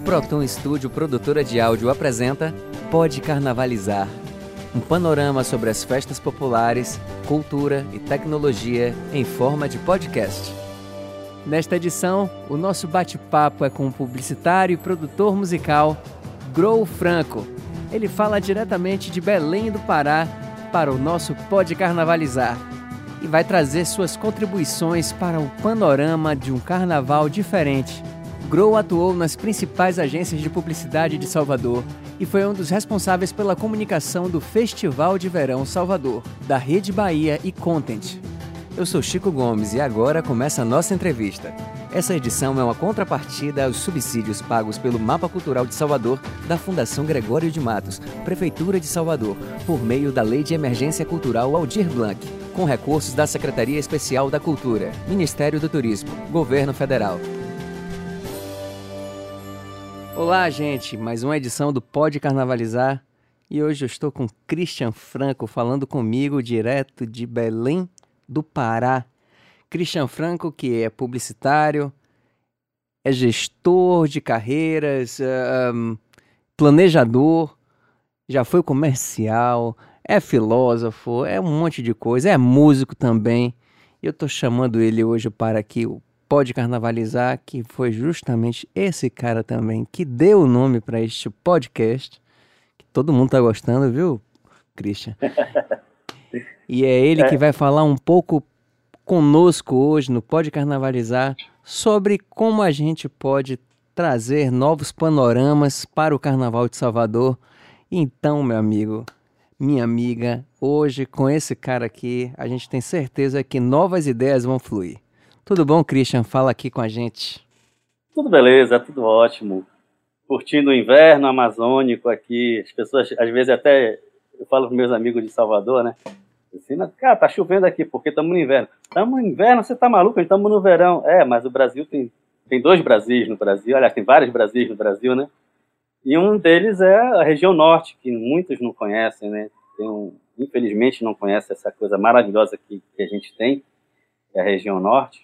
Proton Studio Produtora de Áudio apresenta Pode Carnavalizar, um panorama sobre as festas populares, cultura e tecnologia em forma de podcast. Nesta edição, o nosso bate-papo é com o publicitário e produtor musical Grow Franco. Ele fala diretamente de Belém do Pará para o nosso Pode Carnavalizar e vai trazer suas contribuições para o panorama de um carnaval diferente. Grow atuou nas principais agências de publicidade de Salvador e foi um dos responsáveis pela comunicação do Festival de Verão Salvador, da Rede Bahia e Content. Eu sou Chico Gomes e agora começa a nossa entrevista. Essa edição é uma contrapartida aos subsídios pagos pelo Mapa Cultural de Salvador da Fundação Gregório de Matos, Prefeitura de Salvador, por meio da Lei de Emergência Cultural Aldir Blanc, com recursos da Secretaria Especial da Cultura, Ministério do Turismo, Governo Federal. Olá, gente! Mais uma edição do Pode Carnavalizar e hoje eu estou com Christian Franco falando comigo direto de Belém do Pará. Christian Franco, que é publicitário, é gestor de carreiras, planejador, já foi comercial, é filósofo, é um monte de coisa, é músico também. E eu estou chamando ele hoje para aqui o Pode Carnavalizar, que foi justamente esse cara também que deu o nome para este podcast, que todo mundo está gostando, viu, Christian? E é ele que vai falar um pouco conosco hoje no Pode Carnavalizar sobre como a gente pode trazer novos panoramas para o Carnaval de Salvador. Então, meu amigo, minha amiga, hoje com esse cara aqui, a gente tem certeza que novas ideias vão fluir. Tudo bom, Christian? Fala aqui com a gente. Tudo beleza, tudo ótimo. Curtindo o inverno amazônico aqui. As pessoas, às vezes até, eu falo com meus amigos de Salvador, né? Assim, cara, tá chovendo aqui, porque estamos no inverno. Estamos no inverno, você tá maluco? Estamos no verão. Mas o Brasil tem dois Brasis no Brasil. Aliás, tem vários Brasis no Brasil, né? E um deles é a região norte, que muitos não conhecem, né? Infelizmente não conhecem essa coisa maravilhosa que a gente tem, que é a região norte.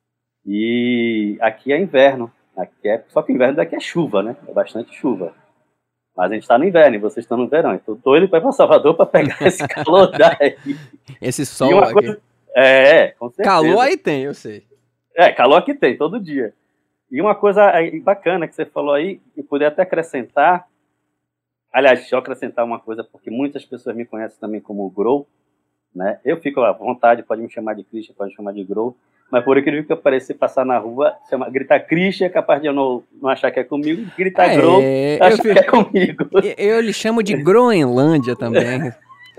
E aqui é inverno, só que o inverno daqui é chuva, né? É bastante chuva. Mas a gente está no inverno e vocês estão no verão. Então estou indo para Salvador para pegar esse calor daí. Esse sol aqui. Com certeza. Calor aí tem, eu sei. Calor aqui tem, todo dia. E uma coisa bacana que você falou aí, e poder até acrescentar, aliás, deixa eu acrescentar uma coisa, porque muitas pessoas me conhecem também como Grow, né? Eu fico à vontade, pode me chamar de Christian, pode me chamar de Grow, mas por incrível que aparecer, passar na rua, gritar Christian, é capaz de eu não achar que é comigo, gritar Grow, achar que é comigo. Eu lhe chamo de Groenlândia também.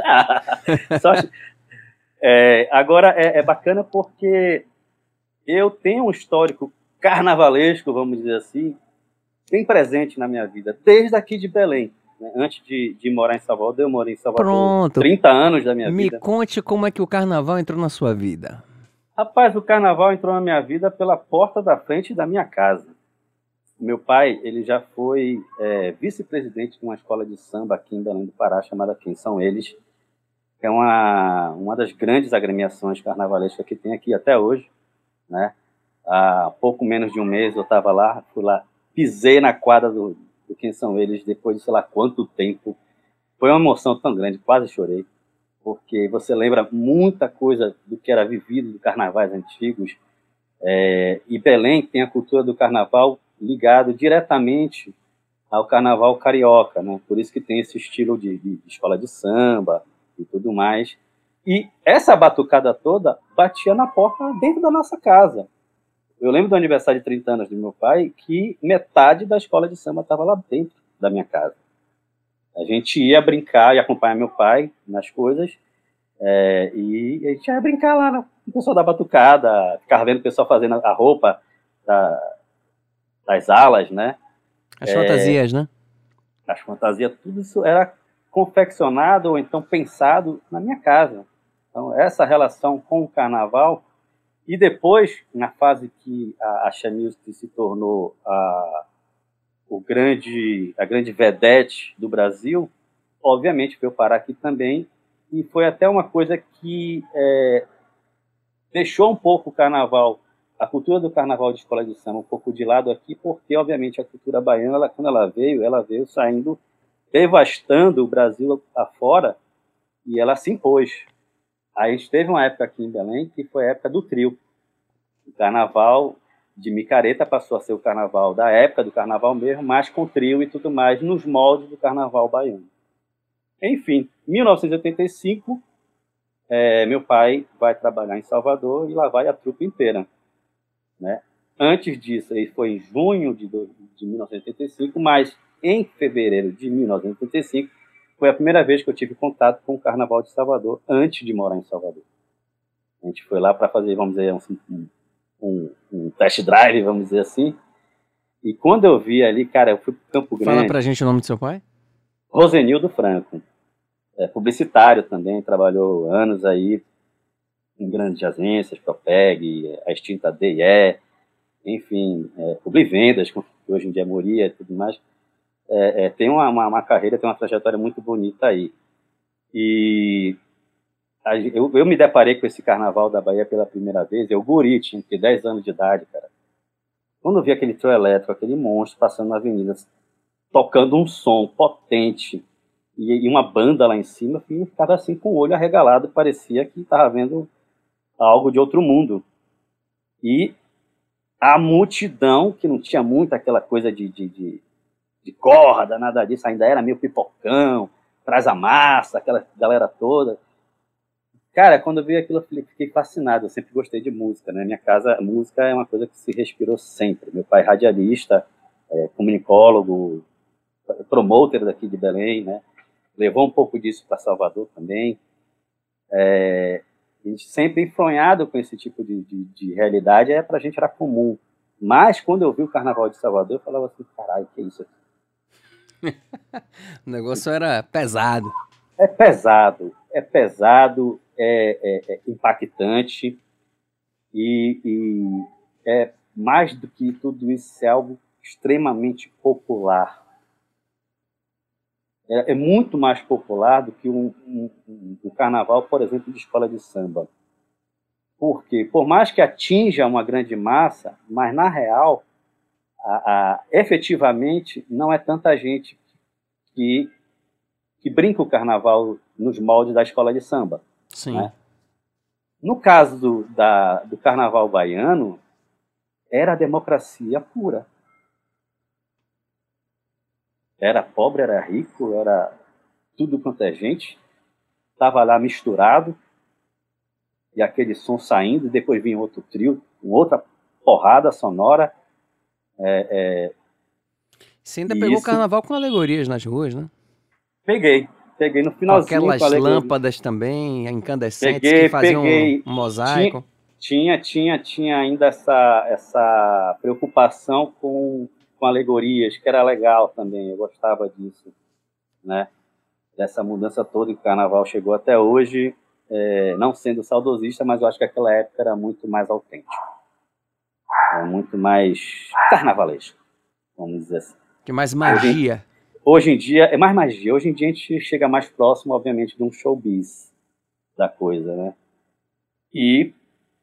Agora é bacana porque eu tenho um histórico carnavalesco, vamos dizer assim, bem presente na minha vida, desde aqui de Belém. Né? Antes de morar em Salvador, eu morei em Salvador 30 anos da minha vida. Me conte como é que o carnaval entrou na sua vida. Rapaz, o carnaval entrou na minha vida pela porta da frente da minha casa. Meu pai, ele já foi vice-presidente de uma escola de samba aqui em Belém do Pará, chamada Quem São Eles, que é uma das grandes agremiações carnavalescas que tem aqui até hoje, né? Há pouco menos de um mês eu estava lá, fui lá, pisei na quadra do Quem São Eles, depois de sei lá quanto tempo. Foi uma emoção tão grande, quase chorei, porque você lembra muita coisa do que era vivido de carnavais antigos, e Belém tem a cultura do carnaval ligado diretamente ao carnaval carioca, né? Por isso que tem esse estilo de escola de samba e tudo mais. E essa batucada toda batia na porta dentro da nossa casa. Eu lembro do aniversário de 30 anos do meu pai, que metade da escola de samba estava lá dentro da minha casa. A gente ia brincar e acompanhar meu pai nas coisas, e a gente ia brincar lá no pessoal da batucada, ficava vendo o pessoal fazendo a roupa das alas, né? As fantasias, né? As fantasias, tudo isso era confeccionado ou então pensado na minha casa. Então, essa relação com o carnaval. E depois, na fase que a Axé Music se tornou a grande vedete do Brasil, obviamente veio parar aqui também, e foi até uma coisa que deixou um pouco o carnaval a cultura do carnaval de escola de samba um pouco de lado aqui, porque, obviamente, a cultura baiana, quando ela veio saindo, devastando o Brasil afora, e ela se impôs. Aí a gente teve uma época aqui em Belém, que foi a época do trio. O carnaval de micareta passou a ser o carnaval da época do carnaval mesmo, mas com trio e tudo mais, nos moldes do carnaval baiano. Enfim, em 1985, meu pai vai trabalhar em Salvador e lá vai a trupe inteira, né? Antes disso, aí foi em junho de 1985, mas em fevereiro de 1985 foi a primeira vez que eu tive contato com o Carnaval de Salvador, antes de morar em Salvador. A gente foi lá para fazer, vamos dizer, um test drive, vamos dizer assim. E quando eu vi ali, cara, eu fui para Campo Grande. Fala pra gente o nome do seu pai. Rosenildo Franco. Publicitário também, trabalhou anos aí em grandes agências, Propeg, a extinta DIE, enfim, Publivendas, que hoje em dia é Moria e tudo mais. Tem uma carreira, tem uma trajetória muito bonita aí. E eu me deparei com esse carnaval da Bahia pela primeira vez, eu guri, tinha 10 anos de idade, cara. Quando eu vi aquele trio elétrico, aquele monstro passando na avenida, tocando um som potente, e uma banda lá em cima, eu ficava assim com o olho arregalado, parecia que estava vendo algo de outro mundo. E a multidão, que não tinha muito aquela coisa de corda, nada disso, ainda era meio pipocão, traz a massa, aquela galera toda. Cara, quando eu vi aquilo, eu fiquei fascinado. Eu sempre gostei de música, né? Minha casa, música é uma coisa que se respirou sempre. Meu pai é radialista, comunicólogo, promoter daqui de Belém, né? Levou um pouco disso para Salvador também. A gente sempre enfronhado com esse tipo de realidade, para a gente era comum. Mas quando eu vi o Carnaval de Salvador, eu falava assim, caralho, que é isso aqui? O negócio era pesado. É pesado, é impactante e é mais do que tudo isso, é algo extremamente popular. É muito mais popular do que um carnaval, por exemplo, de escola de samba. Porque, por mais que atinja uma grande massa, mas na real, efetivamente, não é tanta gente que brinca o carnaval nos moldes da escola de samba. Sim. Né? No caso do carnaval baiano, era a democracia pura. Era pobre, era rico, era tudo quanto é gente. Estava lá misturado, e aquele som saindo, e depois vinha outro trio, outra porrada sonora. Você ainda pegou o carnaval com alegorias nas ruas, né? Peguei no finalzinho. Com aquelas lâmpadas também, incandescentes, que faziam um mosaico. Tinha ainda essa preocupação com alegorias, que era legal também, eu gostava disso, né? Dessa mudança toda que o carnaval chegou até hoje, não sendo saudosista, mas eu acho que aquela época era muito mais autêntico. Era muito mais carnavalesco, vamos dizer assim. Que mais magia. Hoje em dia, é mais magia. Hoje em dia a gente chega mais próximo, obviamente, de um showbiz da coisa, né? E...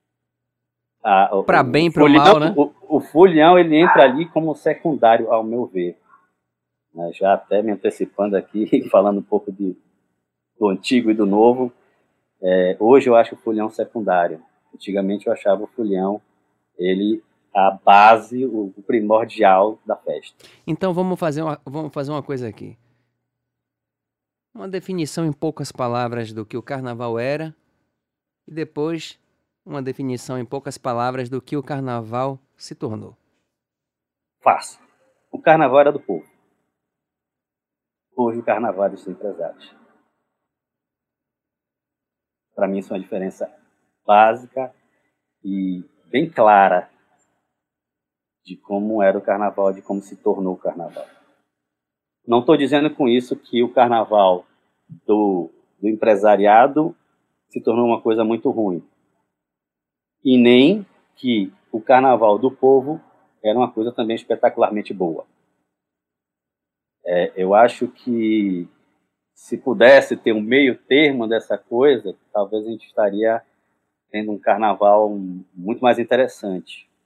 para bem e para o mal, né? O folião, ele entra ali como secundário, ao meu ver. Já até me antecipando aqui, falando um pouco do antigo e do novo. Hoje eu acho o folião secundário. Antigamente eu achava o folião, ele... a base, o primordial da festa. Então vamos fazer uma coisa aqui. Uma definição em poucas palavras do que o carnaval era e depois uma definição em poucas palavras do que o carnaval se tornou. Fácil. O carnaval era do povo. Hoje o carnaval é dos empresários. Para mim isso é uma diferença básica e bem clara de como era o carnaval, de como se tornou o carnaval. Não estou dizendo com isso que o carnaval do empresariado se tornou uma coisa muito ruim. E nem que o carnaval do povo era uma coisa também espetacularmente boa. Eu acho que se pudesse ter um meio termo dessa coisa, talvez a gente estaria tendo um carnaval muito mais interessante.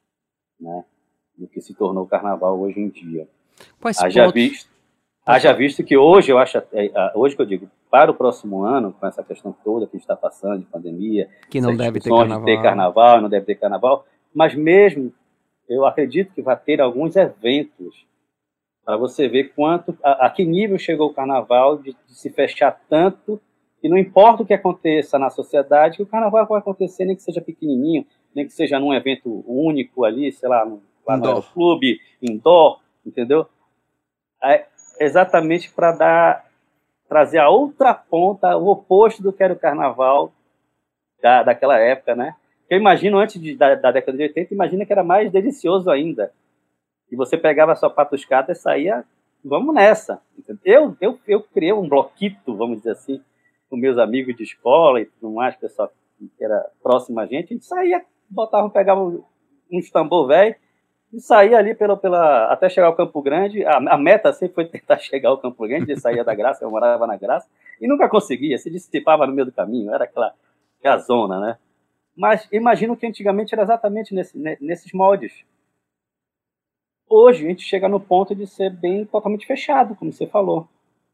né, do que se tornou o carnaval hoje em dia. Quais pontos? Haja visto que hoje, eu acho, hoje que eu digo, para o próximo ano, com essa questão toda que a gente está passando, de pandemia, que não deve ter carnaval, não deve ter carnaval, mas mesmo, eu acredito que vai ter alguns eventos para você ver a que nível chegou o carnaval de se fechar tanto, e não importa o que aconteça na sociedade, que o carnaval vai acontecer, nem que seja pequenininho, nem que seja num evento único ali, sei lá, lá no aeroclube, indoor, entendeu? Exatamente para trazer a outra ponta, o oposto do que era o carnaval daquela época, né? Eu imagino, antes da década de 80, imagina que era mais delicioso ainda. E você pegava a sua patuscada e saía, vamos nessa. Eu criei um bloquito, vamos dizer assim, com meus amigos de escola e tudo mais, pessoal que era próximo a gente saía, pegava uns tambor velho e saía ali até chegar ao Campo Grande. A meta sempre foi tentar chegar ao Campo Grande, e saía da Graça, eu morava na Graça, e nunca conseguia, se dissipava no meio do caminho, era aquela zona, né? Mas imagino que antigamente era exatamente nesses moldes. Hoje a gente chega no ponto de ser bem totalmente fechado, como você falou.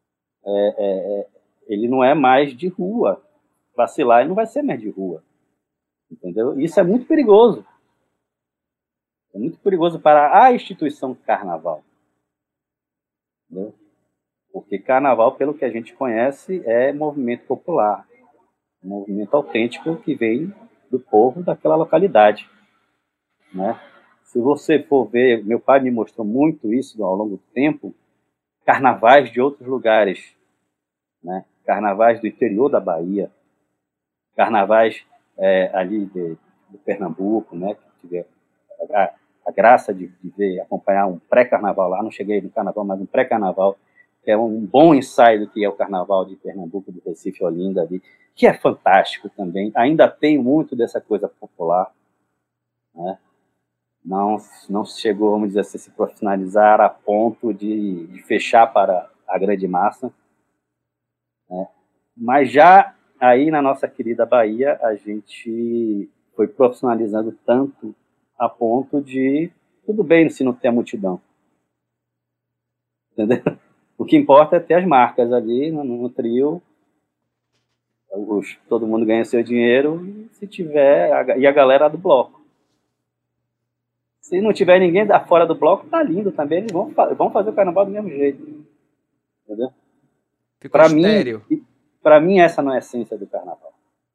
Ele não é mais de rua. Vacilar, ele não vai ser mais de rua. Entendeu? Isso é muito perigoso. É muito perigoso para a instituição carnaval. Entendeu? Porque carnaval, pelo que a gente conhece, é movimento popular. Um movimento autêntico que vem do povo daquela localidade. Né? Se você for ver, meu pai me mostrou muito isso ao longo do tempo, carnavais de outros lugares, né? Carnavais do interior da Bahia, carnavais ali do Pernambuco, né? Que tive a graça de acompanhar um pré-carnaval lá, não cheguei no carnaval, mas um pré-carnaval, que é um bom ensaio do que é o carnaval de Pernambuco, do Recife, Olinda, ali, que é fantástico também, ainda tem muito dessa coisa popular, né? Não chegou, vamos dizer assim, se profissionalizar a ponto de fechar para a grande massa, né? Mas já aí na nossa querida Bahia, a gente foi profissionalizando tanto a ponto de tudo bem se não ter a multidão. Entendeu? O que importa é ter as marcas ali no trio, todo mundo ganha seu dinheiro, se tiver, e a galera do bloco. Se não tiver ninguém da fora do bloco, tá lindo também. Eles vão fazer o carnaval do mesmo jeito. Entendeu? Para mim, essa não é a essência do carnaval.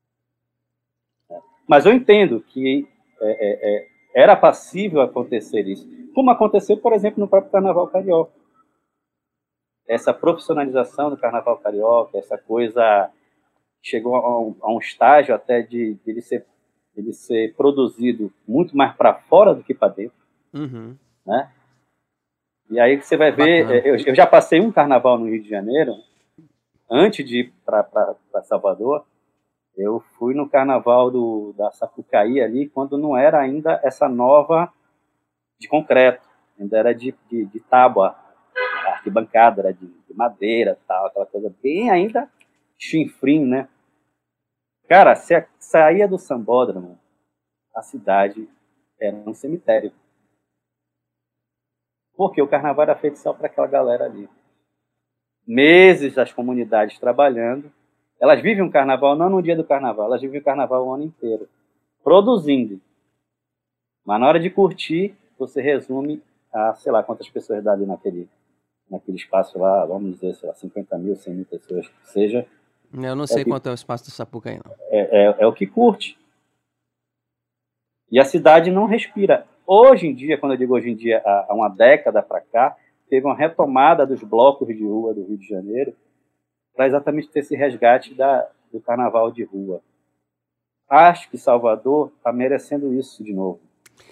Mas eu entendo que era passível acontecer isso. Como aconteceu, por exemplo, no próprio Carnaval Carioca. Essa profissionalização do Carnaval Carioca, essa coisa chegou a um estágio até de ele ser produzido muito mais para fora do que para dentro. Uhum. Né? E aí você vai ver, eu já passei um carnaval no Rio de Janeiro, antes de ir para Salvador, eu fui no carnaval da Sapucaí ali, quando não era ainda essa nova de concreto, ainda era de tábua, a arquibancada era de madeira, tal, aquela coisa bem ainda chinfrim, né? Cara, se saía do Sambódromo, a cidade era um cemitério. Porque o carnaval era feito só para aquela galera ali. Meses das comunidades trabalhando. Elas vivem um carnaval não no dia do carnaval, elas vivem o carnaval o ano inteiro. Produzindo. Mas na hora de curtir, você resume a, sei lá, quantas pessoas dá ali naquele espaço lá, vamos dizer, sei lá, 50 mil, 100 mil pessoas, que seja. Eu não sei quanto é o espaço do Sapucaí, não. É o que curte. E a cidade não respira. Hoje em dia, quando eu digo hoje em dia, há uma década para cá, teve uma retomada dos blocos de rua do Rio de Janeiro para exatamente ter esse resgate do carnaval de rua. Acho que Salvador está merecendo isso de novo.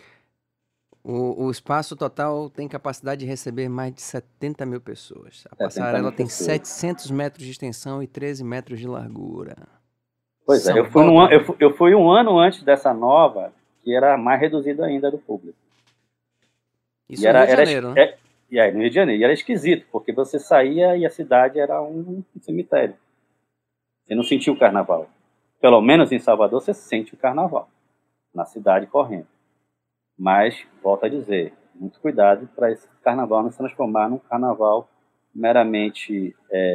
O espaço total tem capacidade de receber mais de 70 mil pessoas. A passarela tem 700 metros de extensão e 13 metros de largura. Pois é, eu fui um ano antes dessa nova, que era mais reduzido ainda do público. Isso no Rio de Janeiro, né? E aí, no Rio de Janeiro. E era esquisito, porque você saía e a cidade era um cemitério. Você não sentia o carnaval. Pelo menos em Salvador, você sente o carnaval. Na cidade, correndo. Mas, volto a dizer, muito cuidado para esse carnaval não se transformar num carnaval meramente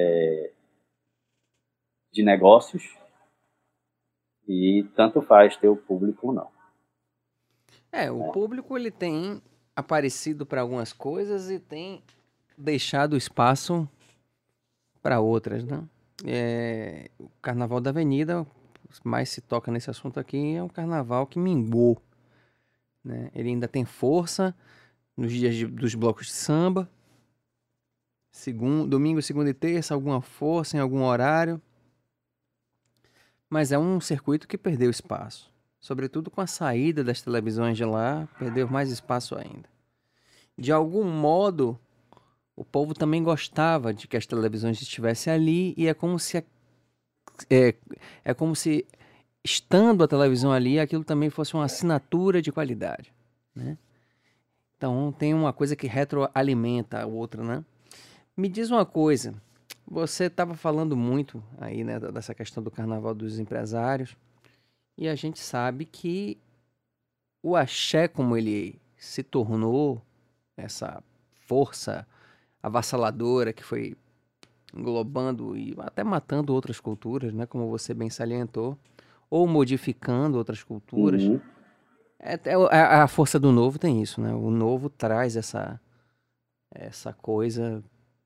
de negócios e tanto faz ter o público ou não. O público ele tem aparecido para algumas coisas e tem deixado espaço para outras, né? O Carnaval da Avenida, mais se toca nesse assunto aqui, é um carnaval que minguou, né? Ele ainda tem força nos dias dos blocos de samba, domingo, segunda e terça, alguma força em algum horário, mas é um circuito que perdeu espaço. Sobretudo com a saída das televisões de lá, perdeu mais espaço ainda. De algum modo, o povo também gostava de que as televisões estivessem ali e é como se estando a televisão ali, aquilo também fosse uma assinatura de qualidade, né? Então tem uma coisa que retroalimenta a outra, né? Me diz uma coisa, você estava falando muito aí, né, dessa questão do carnaval dos empresários, e a gente sabe que o axé, como ele se tornou essa força avassaladora que foi englobando e até matando outras culturas, né, como você bem salientou, ou modificando outras culturas. Uhum. A força do novo tem isso, né? O novo traz essa coisa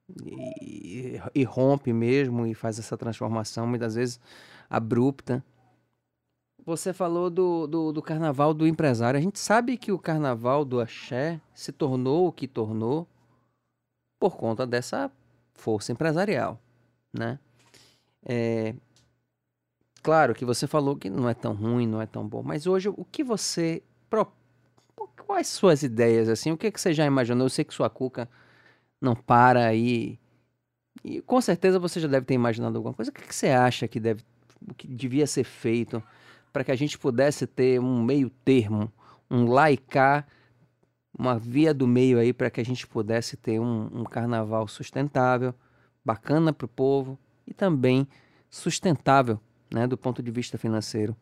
e rompe mesmo e faz essa transformação, muitas vezes abrupta. Você falou do carnaval do empresário. A gente sabe que o carnaval do axé se tornou o que tornou por conta dessa força empresarial, né? Claro que você falou que não é tão ruim, não é tão bom, mas hoje o que você quais suas ideias assim? O que você já imaginou? Eu sei que sua cuca não para aí e com certeza você já deve ter imaginado alguma coisa. O que você acha o que devia ser feito para que a gente pudesse ter um meio termo, um lá e cá, uma via do meio aí para que a gente pudesse ter um carnaval sustentável, bacana para o povo e também sustentável, né, do ponto de vista financeiro?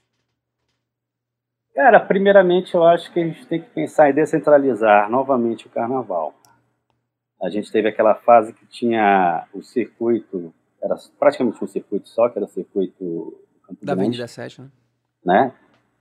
Cara, primeiramente eu acho que a gente tem que pensar em descentralizar novamente o carnaval. A gente teve aquela fase que tinha o circuito, era praticamente um circuito só, que era o circuito do Campo Da Grande, Avenida 7, né? né?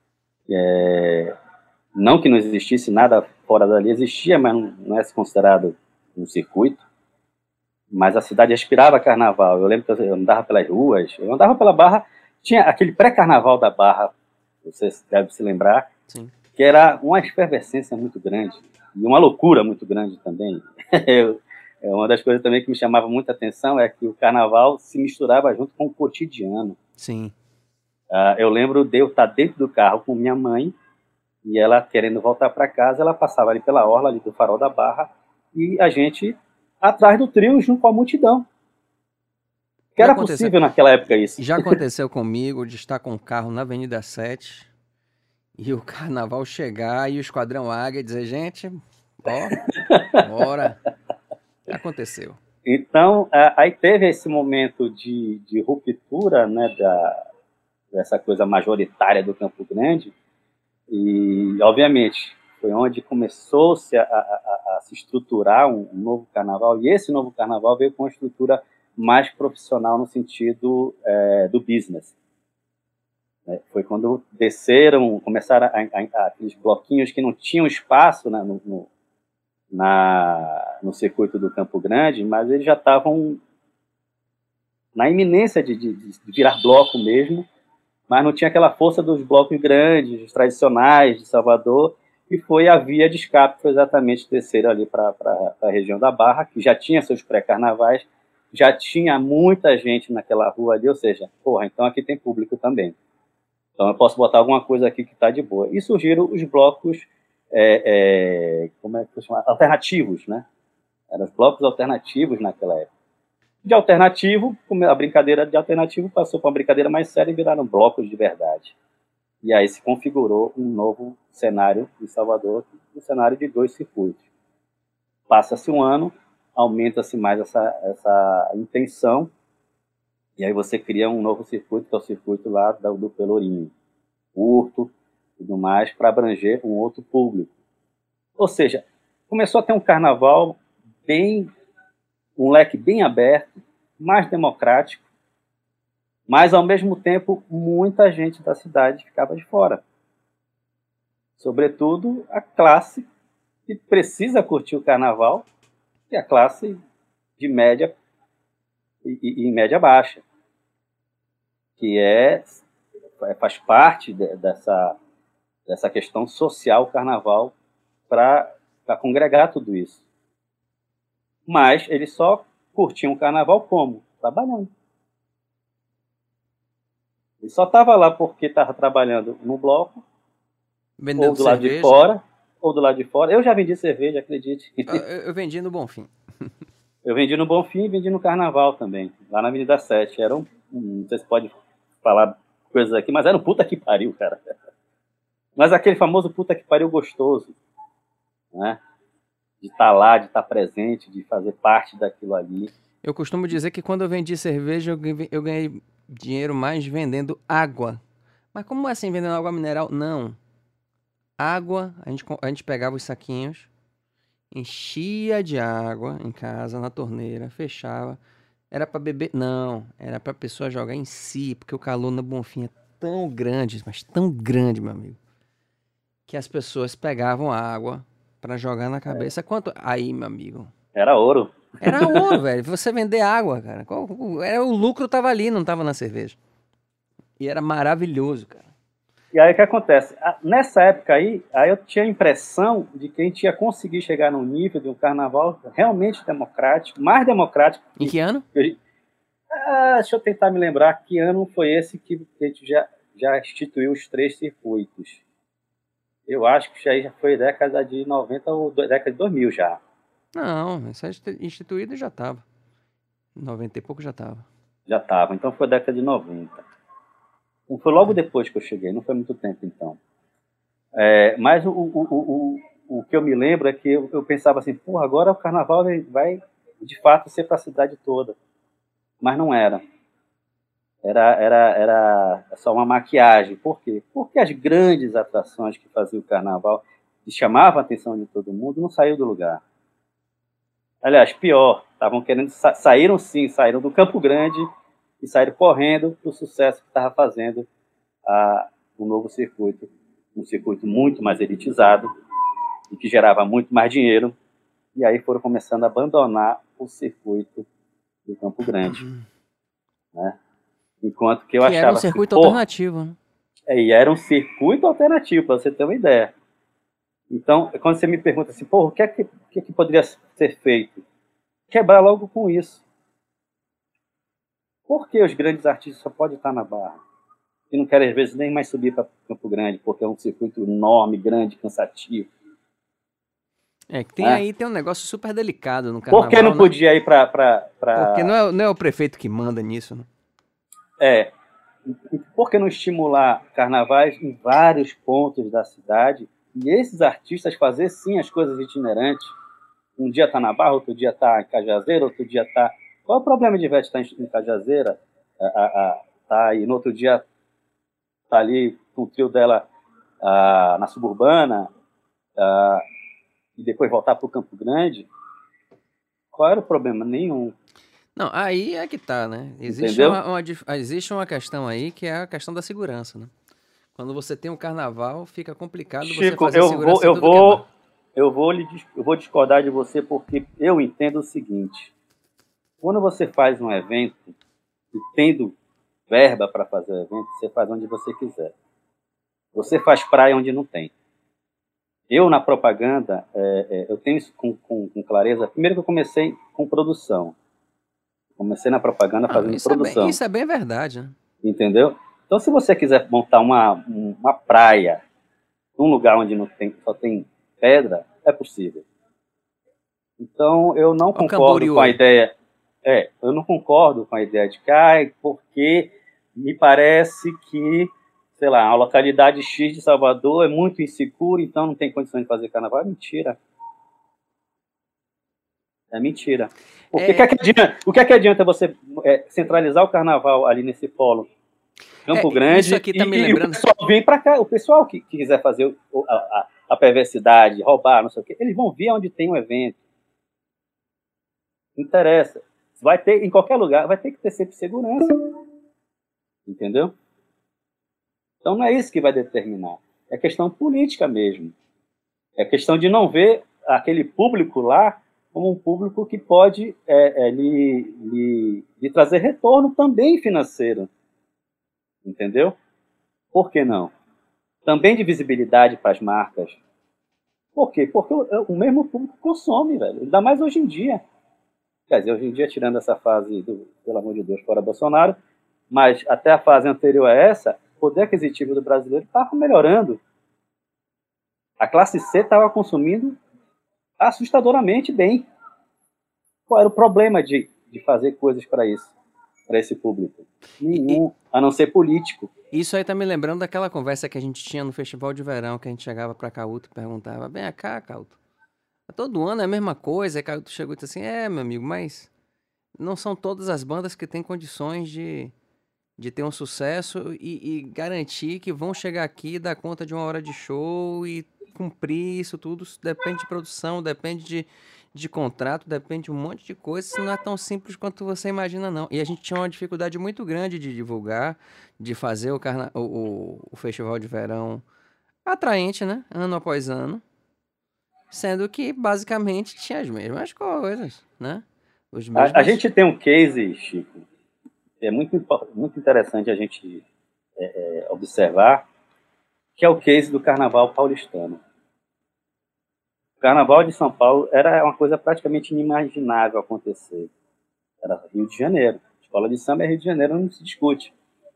Não que não existisse nada fora dali, existia, mas não é considerado um circuito. Mas a cidade respirava carnaval. Eu lembro que eu andava pelas ruas, eu andava pela Barra, tinha aquele pré-carnaval da Barra, você deve se lembrar, Sim. que era uma efervescência muito grande e uma loucura muito grande também. Uma das coisas também que me chamava muita atenção é que o carnaval se misturava junto com o cotidiano. Sim. Eu lembro de eu estar dentro do carro com minha mãe e ela querendo voltar para casa, ela passava ali pela orla ali do Farol da Barra e a gente atrás do trio junto com a multidão. Que era possível naquela época isso. Já aconteceu comigo de estar com o carro na Avenida 7 e o carnaval chegar e o Esquadrão Águia dizer, gente, bora. Aconteceu. Então, aí teve esse momento de ruptura, né, dessa coisa majoritária do Campo Grande e, obviamente, foi onde começou-se a se estruturar um novo carnaval e esse novo carnaval veio com uma estrutura mais profissional no sentido do business. Foi quando começaram aqueles bloquinhos que não tinham espaço, né, no circuito do Campo Grande, mas eles já estavam na iminência de virar bloco mesmo, mas não tinha aquela força dos blocos grandes, os tradicionais de Salvador, e foi a via de escape, foi exatamente descer ali para a região da Barra, que já tinha seus pré-carnavais, já tinha muita gente naquela rua ali, ou seja, então aqui tem público também. Então eu posso botar alguma coisa aqui que está de boa. E surgiram os blocos, como é que eu chamo? Alternativos, né? Eram os blocos alternativos naquela época. De alternativo, a brincadeira de alternativo passou para uma brincadeira mais séria e viraram blocos de verdade. E aí se configurou um novo cenário de Salvador, um cenário de 2 circuitos. Passa-se um ano, aumenta-se mais essa intenção, e aí você cria um novo circuito, que é o circuito lá do Pelourinho. Curto, tudo mais, para abranger um outro público. Ou seja, começou a ter um carnaval um leque bem aberto, mais democrático, mas, ao mesmo tempo, muita gente da cidade ficava de fora. Sobretudo, a classe que precisa curtir o carnaval, que é a classe de média e média baixa, que faz parte dessa questão social, o carnaval, para congregar tudo isso. Mas eles só curtiam o carnaval como? Trabalhando. Ele só estava lá porque estava trabalhando no bloco, vendendo ou do lado de fora, ou do lado de fora. Eu já vendi cerveja, acredite. Eu vendi no Bonfim. Eu vendi no Bonfim e vendi no Carnaval também, lá na Avenida 7. Não sei se pode falar coisas aqui, mas era um puta que pariu, cara. Mas aquele famoso puta que pariu gostoso, né? De estar lá, de estar presente, de fazer parte daquilo ali. Eu costumo dizer que quando eu vendi cerveja, eu ganhei dinheiro mais vendendo água. Mas como assim, vendendo água mineral? Não. Água, a gente pegava os saquinhos, enchia de água em casa, na torneira, fechava. Era para beber? Não. Era para a pessoa jogar em si, porque o calor no Bonfim é tão grande, mas tão grande, meu amigo, que as pessoas pegavam água para jogar na cabeça. Quanto? Aí, meu amigo. Era ouro. Era ouro, velho. Você vender água, cara. O lucro tava ali, não tava na cerveja. E era maravilhoso, cara. E aí o que acontece? Nessa época aí eu tinha a impressão de que a gente ia conseguir chegar num nível de um carnaval realmente democrático, mais democrático. Em que ano? Deixa eu tentar me lembrar que ano foi esse que a gente já instituiu os 3 circuitos. Eu acho que isso aí já foi década de 90 ou década de 2000 já. Não, isso é instituído já tava. 90 e pouco já tava. Já estava, então foi década de 90. Então, foi logo depois que eu cheguei, não foi muito tempo então. Mas o que eu me lembro é que eu pensava assim, porra, agora o carnaval vai de fato ser para a cidade toda. Mas não era. Era só uma maquiagem. Por quê? Porque as grandes atrações que faziam o carnaval e chamavam a atenção de todo mundo não saiu do lugar. Aliás, pior, estavam querendo, saíram do Campo Grande e saíram correndo para o sucesso que estava fazendo o novo circuito. Um circuito muito mais elitizado e que gerava muito mais dinheiro. E aí foram começando a abandonar o circuito do Campo Grande. Né? Enquanto que eu achava era um circuito alternativo. Né? E era um circuito alternativo, para você ter uma ideia. Então, quando você me pergunta assim, o que é que poderia ser feito? Quebrar logo com isso. Por que os grandes artistas só podem estar na Barra? E não querem, às vezes, nem mais subir para Campo Grande, porque é um circuito enorme, grande, cansativo. Que tem um negócio super delicado no carnaval. Por que não podia ir para... Porque não é o prefeito que manda nisso, né? Por que não estimular carnavais em vários pontos da cidade e esses artistas fazer, sim, as coisas itinerantes? Um dia está na Barra, outro dia está em Cajazeira, outro dia está... Qual é o problema de Ivete estar em Cajazeira? E no outro dia está ali com o trio dela na Suburbana e depois voltar para o Campo Grande? Qual era o problema? Nenhum. Não, aí é que tá, né? Existe uma questão aí que é a questão da segurança, né? Quando você tem um carnaval, fica complicado você fazer segurança em tudo que é bar. Eu vou discordar de você porque eu entendo o seguinte. Quando você faz um evento e tendo verba para fazer o evento, você faz onde você quiser. Você faz praia onde não tem. Eu, na propaganda, eu tenho isso com clareza. Primeiro que eu comecei com produção. Comecei na propaganda fazendo produção. Isso é bem verdade, né? Entendeu? Então, se você quiser montar uma praia num lugar onde só tem pedra, é possível. Então, eu não concordo com a ideia... eu não concordo com a ideia de que, porque me parece que, sei lá, a localidade X de Salvador é muito insegura, então não tem condições de fazer carnaval. É mentira. É mentira. O que é que adianta você centralizar o carnaval ali nesse polo? Campo Grande. Isso aqui tá me lembrando. E o pessoal vem para cá. O pessoal que quiser fazer a perversidade, roubar, não sei o quê, eles vão vir onde tem um evento. Não interessa. Vai ter, em qualquer lugar, vai ter que ter sempre segurança. Entendeu? Então não é isso que vai determinar. É questão política mesmo. É questão de não ver aquele público lá como um público que pode lhe trazer retorno também financeiro. Entendeu? Por que não? Também de visibilidade para as marcas. Por quê? Porque o mesmo público consome, velho. Ainda mais hoje em dia. Quer dizer, hoje em dia, tirando essa fase pelo amor de Deus, fora Bolsonaro, mas até a fase anterior a essa, o poder aquisitivo do brasileiro estava melhorando. A classe C estava consumindo assustadoramente bem. Qual era o problema de fazer coisas para isso, para esse público? Nenhum, a não ser político. Isso aí tá me lembrando daquela conversa que a gente tinha no Festival de Verão, que a gente chegava para Cauto e perguntava: vem cá, Cauto, todo ano é a mesma coisa. Aí Cauto chegou e disse assim: meu amigo, mas não são todas as bandas que têm condições de ter um sucesso e garantir que vão chegar aqui, dar conta de uma hora de show e cumprir isso tudo. Depende de produção, depende de contrato, depende de um monte de coisas. Isso não é tão simples quanto você imagina, não. E a gente tinha uma dificuldade muito grande de divulgar, de fazer o Festival de Verão atraente, né? Ano após ano. Sendo que, basicamente, tinha as mesmas coisas, né? A gente tem um case, Chico, é muito interessante a gente observar, que é o case do Carnaval paulistano. O Carnaval de São Paulo era uma coisa praticamente inimaginável acontecer. Era Rio de Janeiro. Escola de samba é Rio de Janeiro, não se discute.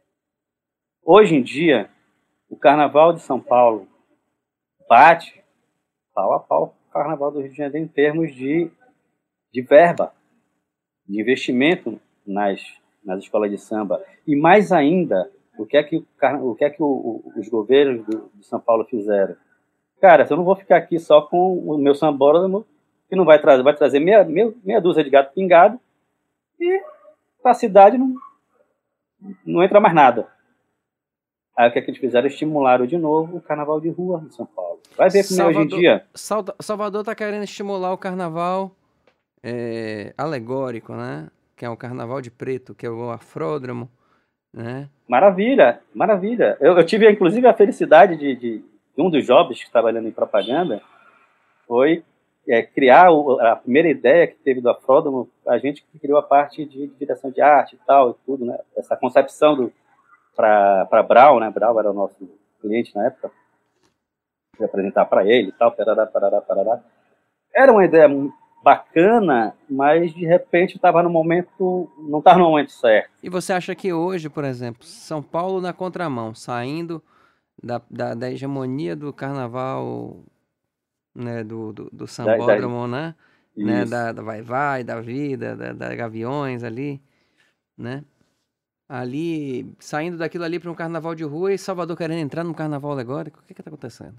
Hoje em dia, o Carnaval de São Paulo bate pau a pau com o Carnaval do Rio de Janeiro em termos de verba, de investimento nas escolas de samba. E mais ainda, o que é que os governos de São Paulo fizeram? Cara, eu não vou ficar aqui só com o meu sambódromo, que não vai trazer meia dúzia de gato pingado, e para a cidade não entra mais nada. Aí o que é que eles fizeram? Estimularam de novo o carnaval de rua em São Paulo. Vai ver como é hoje em dia. Salvador está querendo estimular o carnaval alegórico, né? Que é o carnaval de preto, que é o afródromo, né? Maravilha, maravilha. Eu tive, inclusive, a felicidade de um dos jobs trabalhando em propaganda foi criar a primeira ideia que teve do afródromo. A gente criou a parte de direção de arte e tal, e tudo, né? Essa concepção para Brau, né? Brau era o nosso cliente na época, de apresentar para ele e tal, parará, parará, parará. Era uma ideia bacana, mas de repente não estava no momento certo. E você acha que hoje, por exemplo, São Paulo na contramão, saindo da hegemonia do carnaval, né, do sambódromo, né? Da vai-vai, da vida, da Gaviões ali, né? Ali, saindo daquilo ali para um carnaval de rua e Salvador querendo entrar num carnaval alegórico. O que está acontecendo?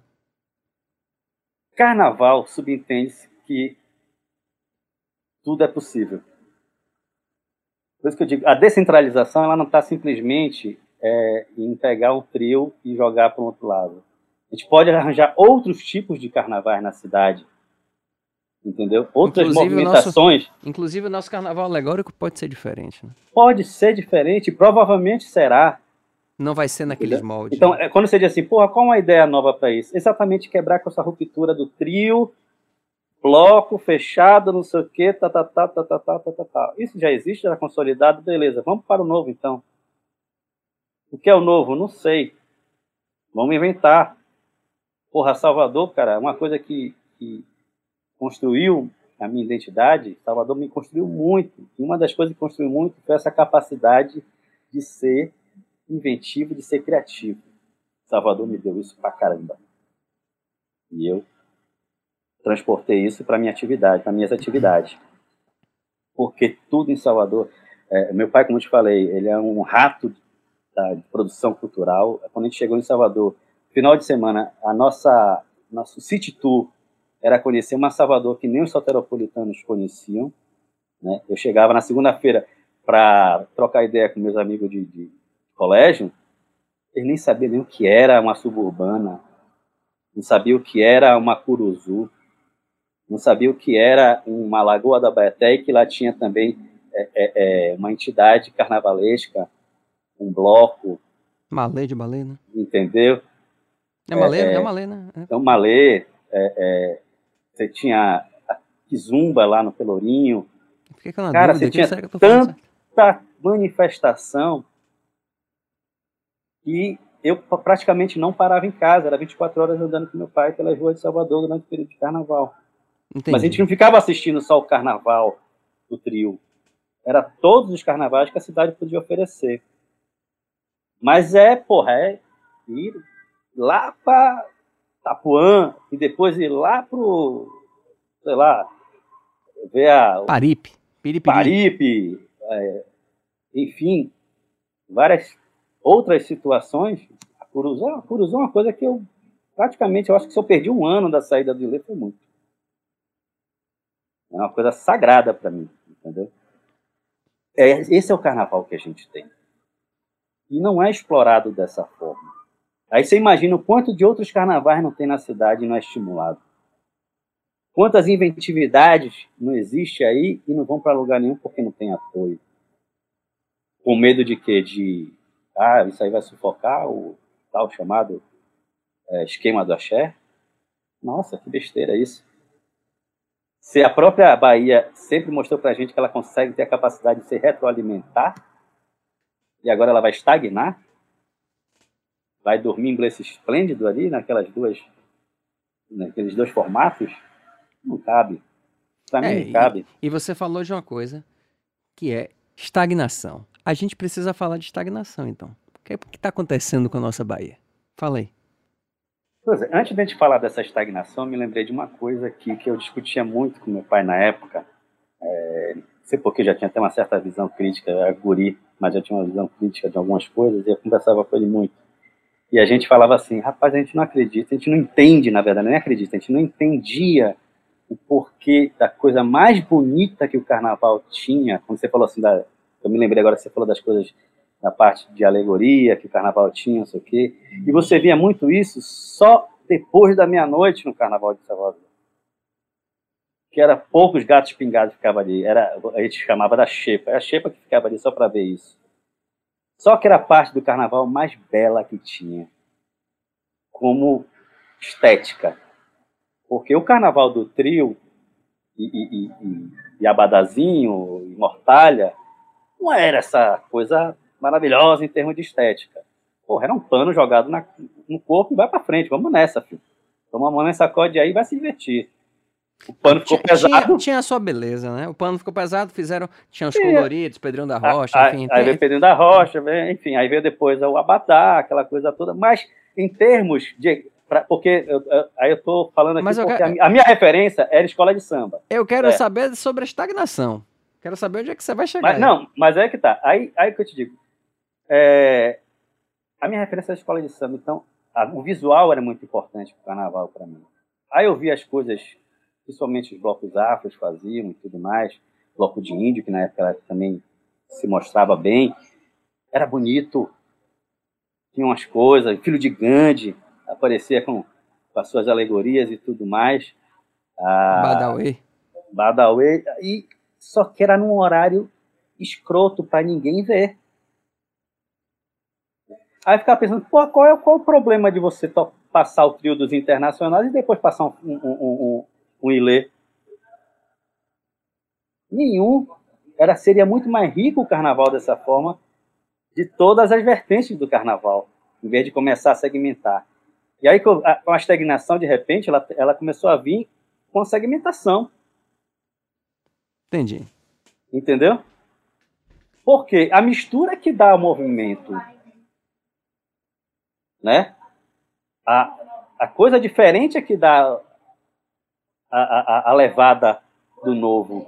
Carnaval subentende-se que tudo é possível. Por isso que eu digo, a descentralização ela não está simplesmente em pegar um trio e jogar para o outro lado. A gente pode arranjar outros tipos de carnavais na cidade, entendeu? Outras movimentações. Inclusive o nosso carnaval alegórico pode ser diferente, né? Pode ser diferente, provavelmente será. Não vai ser naqueles moldes. Então, quando você diz assim, porra, qual uma ideia nova para isso? Exatamente quebrar com essa ruptura do trio, bloco, fechado, não sei o quê, tá. Isso já existe, já é consolidado, beleza. Vamos para o novo, então. O que é o novo? Não sei. Vamos inventar. Porra, Salvador, cara, uma coisa que construiu a minha identidade, Salvador me construiu muito. E uma das coisas que construiu muito foi essa capacidade de ser inventivo, de ser criativo. Salvador me deu isso pra caramba. E eu transportei isso para minha atividade, para minhas atividades. Porque tudo em Salvador... meu pai, como eu te falei, ele é um rato de produção cultural. Quando a gente chegou em Salvador, final de semana, nosso city tour era conhecer uma Salvador que nem os soteropolitanos conheciam, né? Eu chegava na segunda-feira para trocar ideia com meus amigos de colégio, Eles nem sabiam nem o que era uma suburbana, não sabiam o que era uma curuzu, não sabiam o que era uma Lagoa da Baeté, e que lá tinha também uma entidade carnavalesca, um bloco. Malê de balé, né? Entendeu? É malê, né? Então, Malê, você tinha a Kizumba lá no Pelourinho. Fiquei com uma Cara, dúvida você aqui, tinha será que eu tô falando certo? tanta manifestação que eu praticamente não parava em casa. Era 24 horas andando com meu pai pelas ruas de Salvador durante o período de carnaval. Entendi. Mas a gente não ficava assistindo só o carnaval do trio. Era todos os carnavais que a cidade podia oferecer. Mas ir lá para Itapuã e depois ir lá pro, sei lá, ver Paripe. Piripiri. Paripe, enfim, várias outras situações. A Curuzão é uma coisa que eu acho que se eu perdi um ano da saída do Ilê, foi muito. É uma coisa sagrada para mim, entendeu? Esse é o carnaval que a gente tem. E não é explorado dessa forma. Aí você imagina o quanto de outros carnavais não tem na cidade e não é estimulado. Quantas inventividades não existe aí e não vão para lugar nenhum porque não tem apoio. Com medo de quê? Isso aí vai sufocar o tal chamado esquema do axé? Nossa, que besteira isso. Se a própria Bahia sempre mostrou para a gente que ela consegue ter a capacidade de se retroalimentar, e agora ela vai estagnar, vai dormir em berço esplêndido ali, naqueles dois formatos, não cabe. Para mim não cabe. E você falou de uma coisa que é estagnação. A gente precisa falar de estagnação, então. O que está acontecendo com a nossa Bahia? Fala aí. Pois é, antes de a gente falar dessa estagnação, me lembrei de uma coisa aqui que eu discutia muito com meu pai na época. Não sei porque eu já tinha até uma certa visão crítica, eu era guri, mas eu tinha uma visão crítica de algumas coisas e eu conversava com ele muito. E a gente falava assim, rapaz, a gente não acredita, a gente não entende, na verdade, nem acredita, a gente não entendia o porquê da coisa mais bonita que o carnaval tinha. Quando você falou assim, eu me lembrei agora que você falou das coisas da parte de alegoria que o carnaval tinha, não sei o quê. E você via muito isso só depois da meia-noite no carnaval de Salvador. Que era poucos gatos pingados que ficavam ali. A gente chamava da xepa. Era a xepa que ficava ali só para ver isso. Só que era a parte do carnaval mais bela que tinha. Como estética. Porque o carnaval do trio e Abadazinho, e Mortalha, não era essa coisa maravilhosa em termos de estética. Porra, era um pano jogado no corpo e vai pra frente, vamos nessa, filho. Toma a mão nessa sacode aí e vai se divertir. O pano ficou pesado. Tinha a sua beleza, né? O pano ficou pesado, tinha os coloridos, Pedrinho da Rocha, enfim. Aí veio Pedrinho da Rocha, enfim, aí veio depois o Abadá, aquela coisa toda. Mas em termos de... aí eu tô falando aqui porque a minha referência era escola de samba. Eu quero saber sobre a estagnação. Quero saber onde é que você vai chegar. Mas é que tá. Aí que eu te digo. A minha referência é a escola de samba. Então, o visual era muito importante para o carnaval para mim. Aí eu vi as coisas, principalmente os blocos afros faziam e tudo mais. Bloco de índio, que na época também se mostrava bem. Era bonito. Tinha umas coisas. Filho de Gandhi aparecia com as suas alegorias e tudo mais. Badauê. Só que era num horário escroto para ninguém ver. Aí ficava pensando, qual é o problema de você passar o trio dos internacionais e depois passar um Ilê? Nenhum. Seria muito mais rico o carnaval dessa forma, de todas as vertentes do carnaval, em vez de começar a segmentar. E aí, com a estagnação, de repente, ela começou a vir com segmentação. Entendi. Entendeu? Porque a mistura que dá ao movimento, né? A coisa diferente é que dá a levada do novo.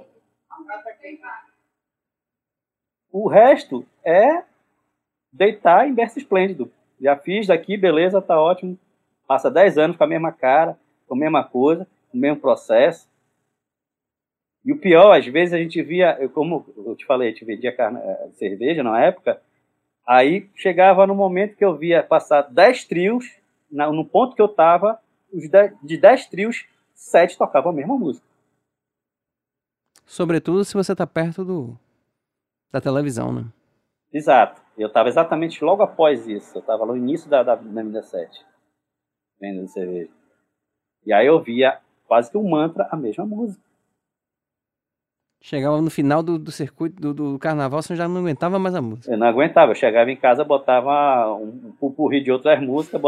O resto é deitar em berço esplêndido. Já fiz daqui, beleza, tá ótimo. Passa 10 anos com a mesma cara, com a mesma coisa, com o mesmo processo. E o pior, às vezes a gente via, como eu te falei, a gente vendia cerveja na época, Aí chegava no momento que eu via passar 10 trios, no ponto que eu estava, de 10 trios, 7 tocavam a mesma música. Sobretudo se você tá perto da televisão, né? Exato. Eu estava exatamente logo após isso. Eu estava no início da Avenida 7, vendendo cerveja. E aí eu via quase que um mantra a mesma música. Chegava no final do circuito do carnaval, você já não aguentava mais a música. Eu não aguentava. Eu chegava em casa, botava um pupurri de outras músicas,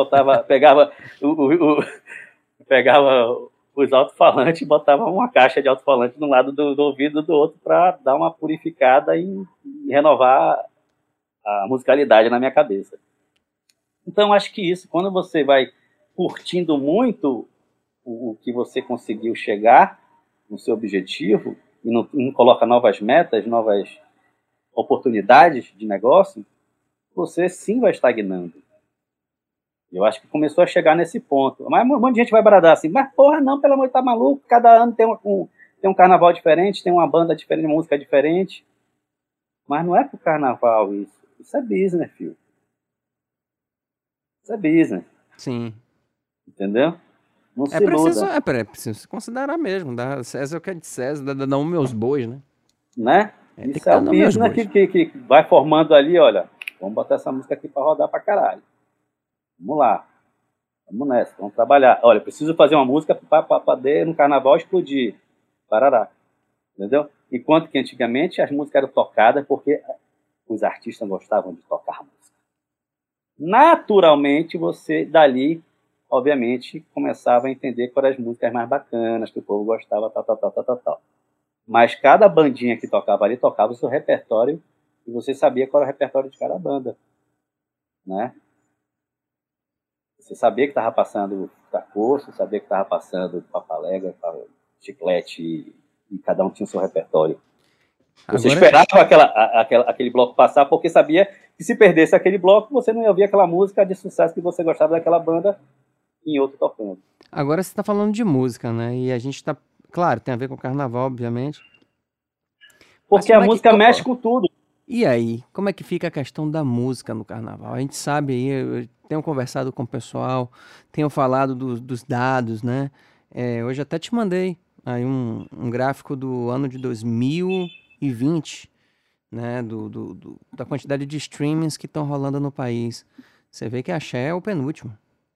pegava os alto-falantes e botava uma caixa de alto-falante de um lado do ouvido do outro para dar uma purificada e renovar a musicalidade na minha cabeça. Então, acho que isso, quando você vai curtindo muito o que você conseguiu chegar no seu objetivo e não coloca novas metas, novas oportunidades de negócio, você sim vai estagnando. Eu acho que começou a chegar nesse ponto. Mas um monte de gente vai bradar assim, mas porra não, pelo amor de Deus, tá maluco? Cada ano tem um carnaval diferente, tem uma banda diferente, uma música diferente. Mas não é pro carnaval isso. Isso é business, filho. Isso é business. Sim. Entendeu? Não se iluda. É preciso se considerar mesmo. Dar César o que é de César, dar os meus bois, né? Né? Tem Isso que é dar o nos meus business bois. que vai formando ali, olha, vamos botar essa música aqui pra rodar pra caralho. Vamos lá. Vamos nessa, vamos trabalhar. Olha, preciso fazer uma música para poder no carnaval explodir. Parará. Entendeu? Enquanto que antigamente as músicas eram tocadas porque os artistas gostavam de tocar música. Naturalmente, você dali, obviamente, começava a entender quais eram as músicas mais bacanas, que o povo gostava, tal. Mas cada bandinha que tocava ali, tocava o seu repertório e você sabia qual era o repertório de cada banda. Né? Você sabia que estava passando Tacoço, sabia que estava passando Papaléguas, Chiclete, e cada um tinha o seu repertório. Você esperava aquele bloco passar porque sabia que se perdesse aquele bloco, você não ia ouvir aquela música de sucesso que você gostava daquela banda em outro tocando. Agora você está falando de música, né? E a gente está... Claro, tem a ver com o carnaval, obviamente. Porque a música mexe com tudo. E aí, como é que fica a questão da música no carnaval? A gente sabe aí, eu tenho conversado com o pessoal, tenho falado dos dados, né? Hoje até te mandei aí um gráfico do ano de 2020, né? Da quantidade de streamings que estão rolando no país. Você vê que a Axé é o penúltimo.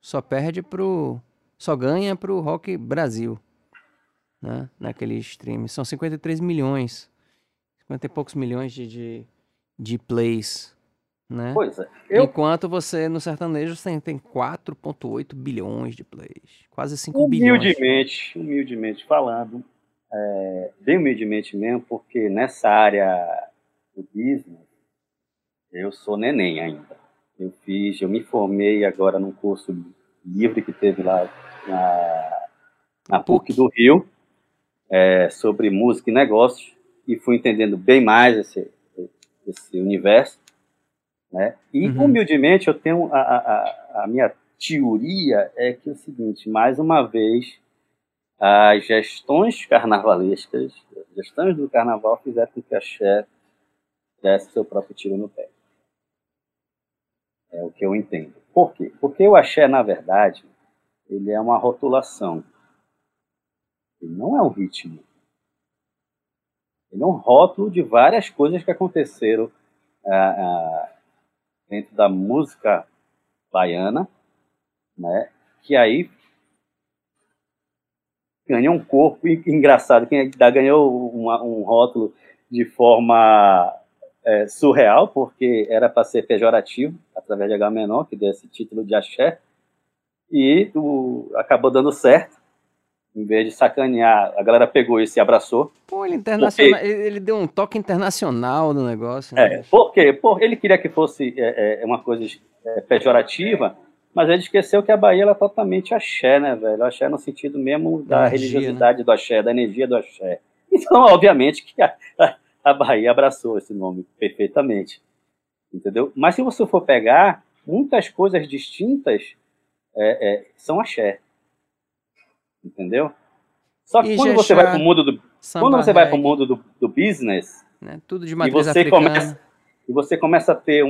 Só ganha pro Rock Brasil, né? Naquele stream. São 53 milhões. 50 e poucos milhões de plays, né? Pois é. Enquanto você, no sertanejo, tem 4,8 bilhões de plays. Quase 5 bilhões. Humildemente falando, bem humildemente mesmo, porque nessa área do business, eu sou neném ainda. Eu me formei agora num curso livre que teve lá na PUC do Rio, sobre música e negócios, e fui entendendo bem mais esse universo, né? E humildemente eu tenho a minha teoria é que é o seguinte: mais uma vez as gestões carnavalescas, as gestões do carnaval fizeram com que a Axé desse seu próprio tiro no pé. É o que eu entendo. Por quê? Porque o Axé, na verdade, ele é uma rotulação. Ele não é um ritmo. Ele é um rótulo de várias coisas que aconteceram dentro da música baiana, né? Que aí ganhou um corpo engraçado. Quem ganhou um rótulo de forma surreal, porque era para ser pejorativo, através de H menor, que deu esse título de Axé, e acabou dando certo. Em vez de sacanear, a galera pegou isso e abraçou. Pô, ele deu um toque internacional no negócio. Né? Porque ele queria que fosse uma coisa pejorativa, mas ele esqueceu que a Bahia é totalmente axé, né, velho? Axé no sentido mesmo da religiosidade, né? Do axé, da energia do axé. Então, obviamente, que a Bahia abraçou esse nome perfeitamente. Entendeu? Mas se você for pegar, muitas coisas distintas são axé. Entendeu? Só que quando você vai para o mundo do business, né? Tudo de e matriz você africana. E você começa a ter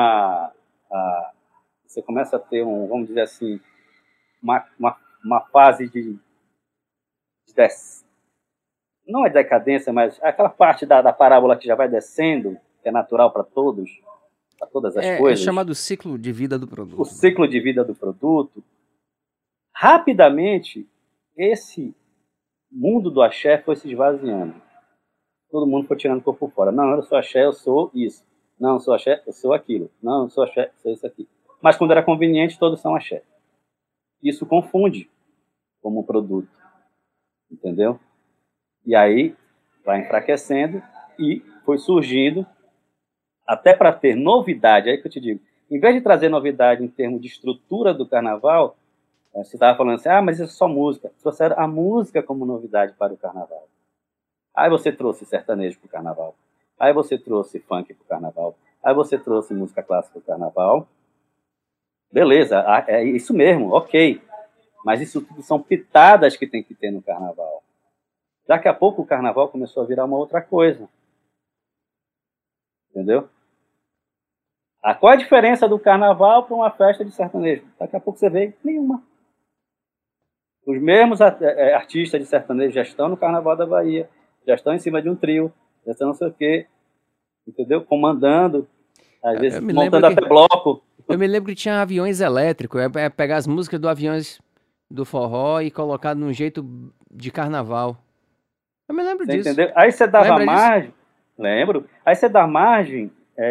vamos dizer assim, uma fase de não é decadência, mas aquela parte da parábola que já vai descendo, que é natural para todos, para todas as É coisas, chamado ciclo de vida do o produto. ciclo de vida do produto. Rapidamente, esse mundo do axé foi se esvaziando. Todo mundo foi tirando o corpo fora. Não, eu sou axé, eu sou isso. Não, eu sou axé, eu sou aquilo. Não, eu sou axé, eu sou isso aqui. Mas quando era conveniente, todos são axé. Isso confunde como produto. Entendeu? E aí vai enfraquecendo e foi surgindo, até para ter novidade, aí que eu te digo, em vez de trazer novidade em termos de estrutura do carnaval, você estava falando assim, mas isso é só música. Trouxeram a música como novidade para o carnaval. Aí você trouxe sertanejo para o carnaval. Aí você trouxe funk para o carnaval. Aí você trouxe música clássica para o carnaval. Beleza, é isso mesmo, ok. Mas isso tudo são pitadas que tem que ter no carnaval. Daqui a pouco o carnaval começou a virar uma outra coisa. Entendeu? Qual é a diferença do carnaval para uma festa de sertanejo? Daqui a pouco você vê nenhuma. Os mesmos artistas de sertanejo já estão no Carnaval da Bahia, já estão em cima de um trio, já estão não sei o quê, entendeu? Comandando, às vezes montando até bloco. Eu me lembro que tinha aviões elétricos, pegar as músicas do aviões do forró e colocar num jeito de carnaval. Eu me lembro disso. Entendeu? Aí você dava margem, disso? Lembro, aí você dá margem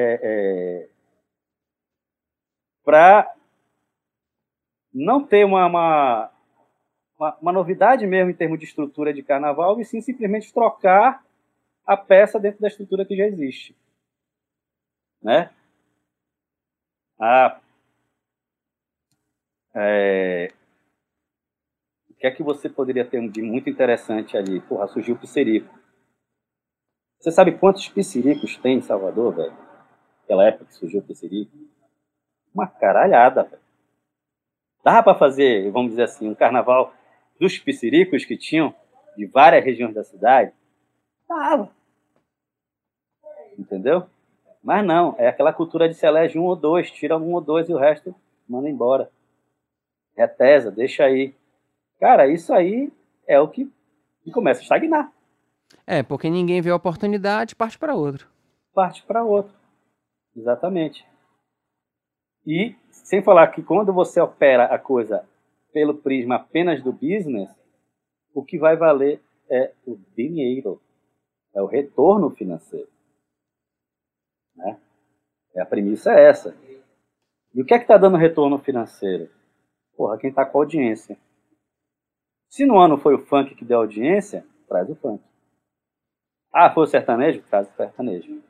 para não ter uma novidade mesmo em termos de estrutura de carnaval, e sim simplesmente trocar a peça dentro da estrutura que já existe. Né? O que é que você poderia ter de muito interessante ali? Porra, surgiu o Pissirico. Você sabe quantos Pissiricos tem em Salvador, velho? Naquela época que surgiu o Pissirico? Uma caralhada, velho. Dava para fazer, vamos dizer assim, um carnaval dos Pissiricos que tinham de várias regiões da cidade? Dava. Entendeu? Mas não, é aquela cultura de se elege um ou dois, tira um ou dois e o resto manda embora. Retesa, deixa aí. Cara, isso aí é o que começa a estagnar. Porque ninguém vê a oportunidade, parte para outro. Parte para outro. Exatamente. E, sem falar que quando você opera a coisa pelo prisma apenas do business, o que vai valer é o dinheiro, é o retorno financeiro. Né? A premissa é essa. E o que é que está dando retorno financeiro? Porra, quem está com a audiência. Se no ano foi o funk que deu audiência, traz o funk. Foi o sertanejo? Traz o sertanejo.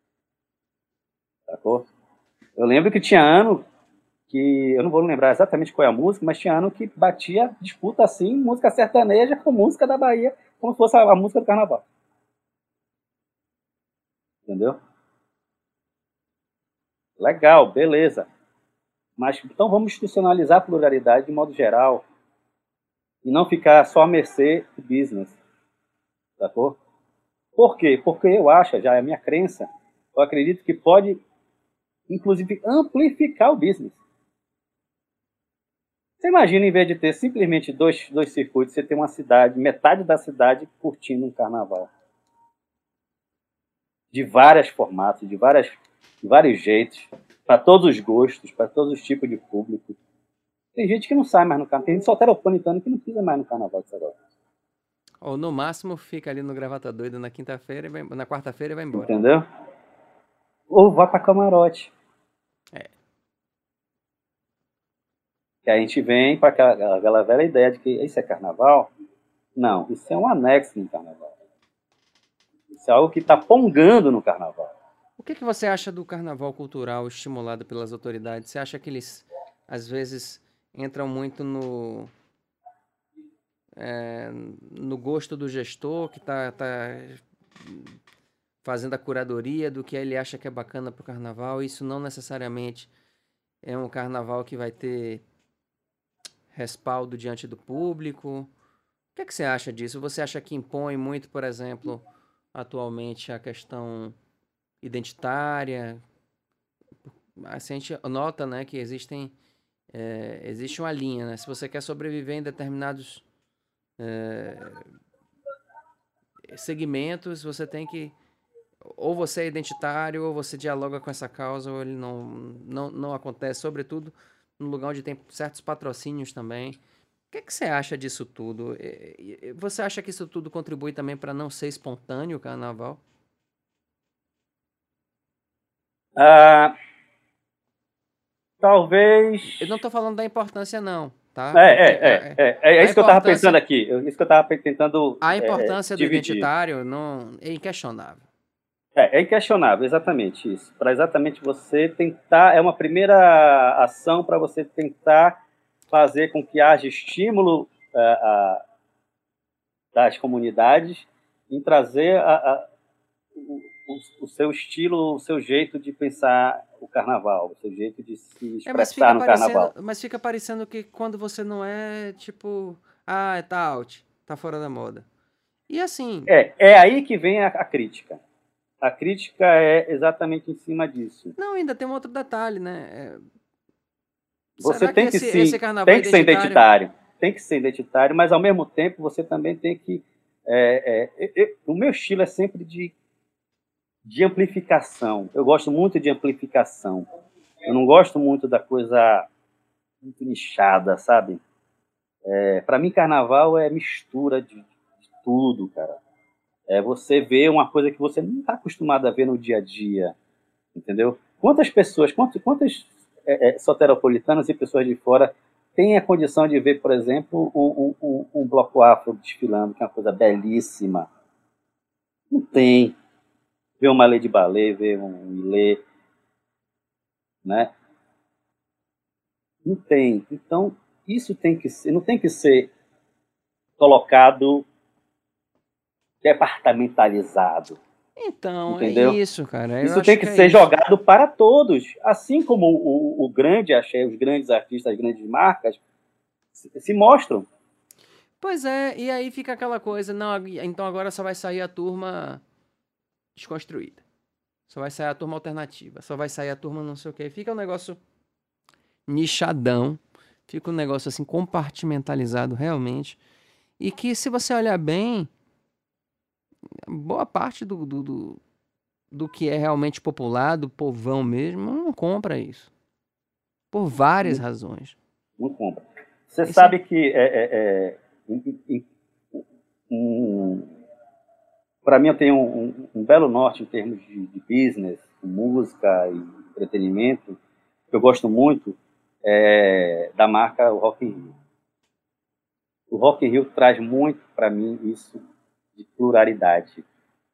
Sacou? Eu lembro que tinha ano que, eu não vou lembrar exatamente qual é a música, mas tinha ano que batia disputa assim, música sertaneja com música da Bahia, como se fosse a música do carnaval. Entendeu? Legal, beleza. Mas então vamos institucionalizar a pluralidade de modo geral e não ficar só à mercê do business. Sacou? Por quê? Porque eu acho, já é a minha crença, eu acredito que pode, inclusive, amplificar o business. Você imagina, em vez de ter simplesmente dois circuitos, você ter uma cidade, metade da cidade curtindo um carnaval. De vários formatos, de vários jeitos, para todos os gostos, para todos os tipos de público. Tem gente que não sai mais no carnaval, tem gente soteropolitana que não pisa mais no carnaval de agora. Ou no máximo fica ali no Gravata Doida na quinta-feira, na quarta-feira e vai embora. Entendeu? Ou vai para camarote. Que a gente vem para aquela velha ideia de que isso é carnaval. Não, isso é um anexo no carnaval. Isso é algo que está pongando no carnaval. O que você acha do carnaval cultural estimulado pelas autoridades? Você acha que eles, às vezes, entram muito no gosto do gestor, que está fazendo a curadoria do que ele acha que é bacana para o carnaval? Isso não necessariamente é um carnaval que vai ter respaldo diante do público. O que você acha disso? Você acha que impõe muito, por exemplo, atualmente a questão identitária. Assim, a gente nota, né, que existe uma linha, né? Se você quer sobreviver em determinados segmentos, você tem que... Ou você é identitário, ou você dialoga com essa causa, ou ele não acontece, sobretudo no lugar onde tem certos patrocínios também. O que é que você acha disso tudo? Você acha que isso tudo contribui também para não ser espontâneo o carnaval? Talvez... Eu não estou falando da importância, não, tá? Porque É a isso que eu estava importância, pensando aqui. Isso que eu estava tentando a importância do dividir. identitário não, é inquestionável. É inquestionável, exatamente isso. Para exatamente você tentar... É uma primeira ação para você tentar fazer com que haja estímulo das comunidades em trazer o seu estilo, o seu jeito de pensar o carnaval, o seu jeito de se expressar no carnaval. Mas fica parecendo que quando você não é, tipo, tá out, tá fora da moda. E assim... É aí que vem a crítica. A crítica é exatamente em cima disso. Não, ainda tem um outro detalhe, né? Você tem que ser identitário. Tem que ser identitário, mas ao mesmo tempo você também tem que... o meu estilo é sempre de amplificação. Eu gosto muito de amplificação. Eu não gosto muito da coisa muito nichada, sabe? Para mim, carnaval é mistura de tudo, cara. Você vê uma coisa que você não está acostumado a ver no dia a dia, entendeu? Quantas pessoas, quantas soteropolitanas e pessoas de fora têm a condição de ver, por exemplo, um bloco afro desfilando, que é uma coisa belíssima? Não tem. Ver uma Lady Ballet, ver um Ilê, né? Não tem. Então, isso não tem que ser colocado departamentalizado. Então, entendeu? É isso, cara. Isso tem que ser jogado para todos. Assim como o grande axé, os grandes artistas, as grandes marcas se mostram. Pois é, e aí fica aquela coisa, não, então agora só vai sair a turma desconstruída. Só vai sair a turma alternativa. Só vai sair a turma não sei o quê. Fica um negócio nichadão. Fica um negócio assim compartimentalizado realmente. E que se você olhar bem, boa parte do que é realmente popular, do povão mesmo, não compra isso. Por várias razões. Não compra. Você sabe que para mim eu tenho um belo norte em termos de business, música e entretenimento. Eu gosto muito da marca Rock in Rio. O Rock in Rio traz muito para mim isso de pluralidade.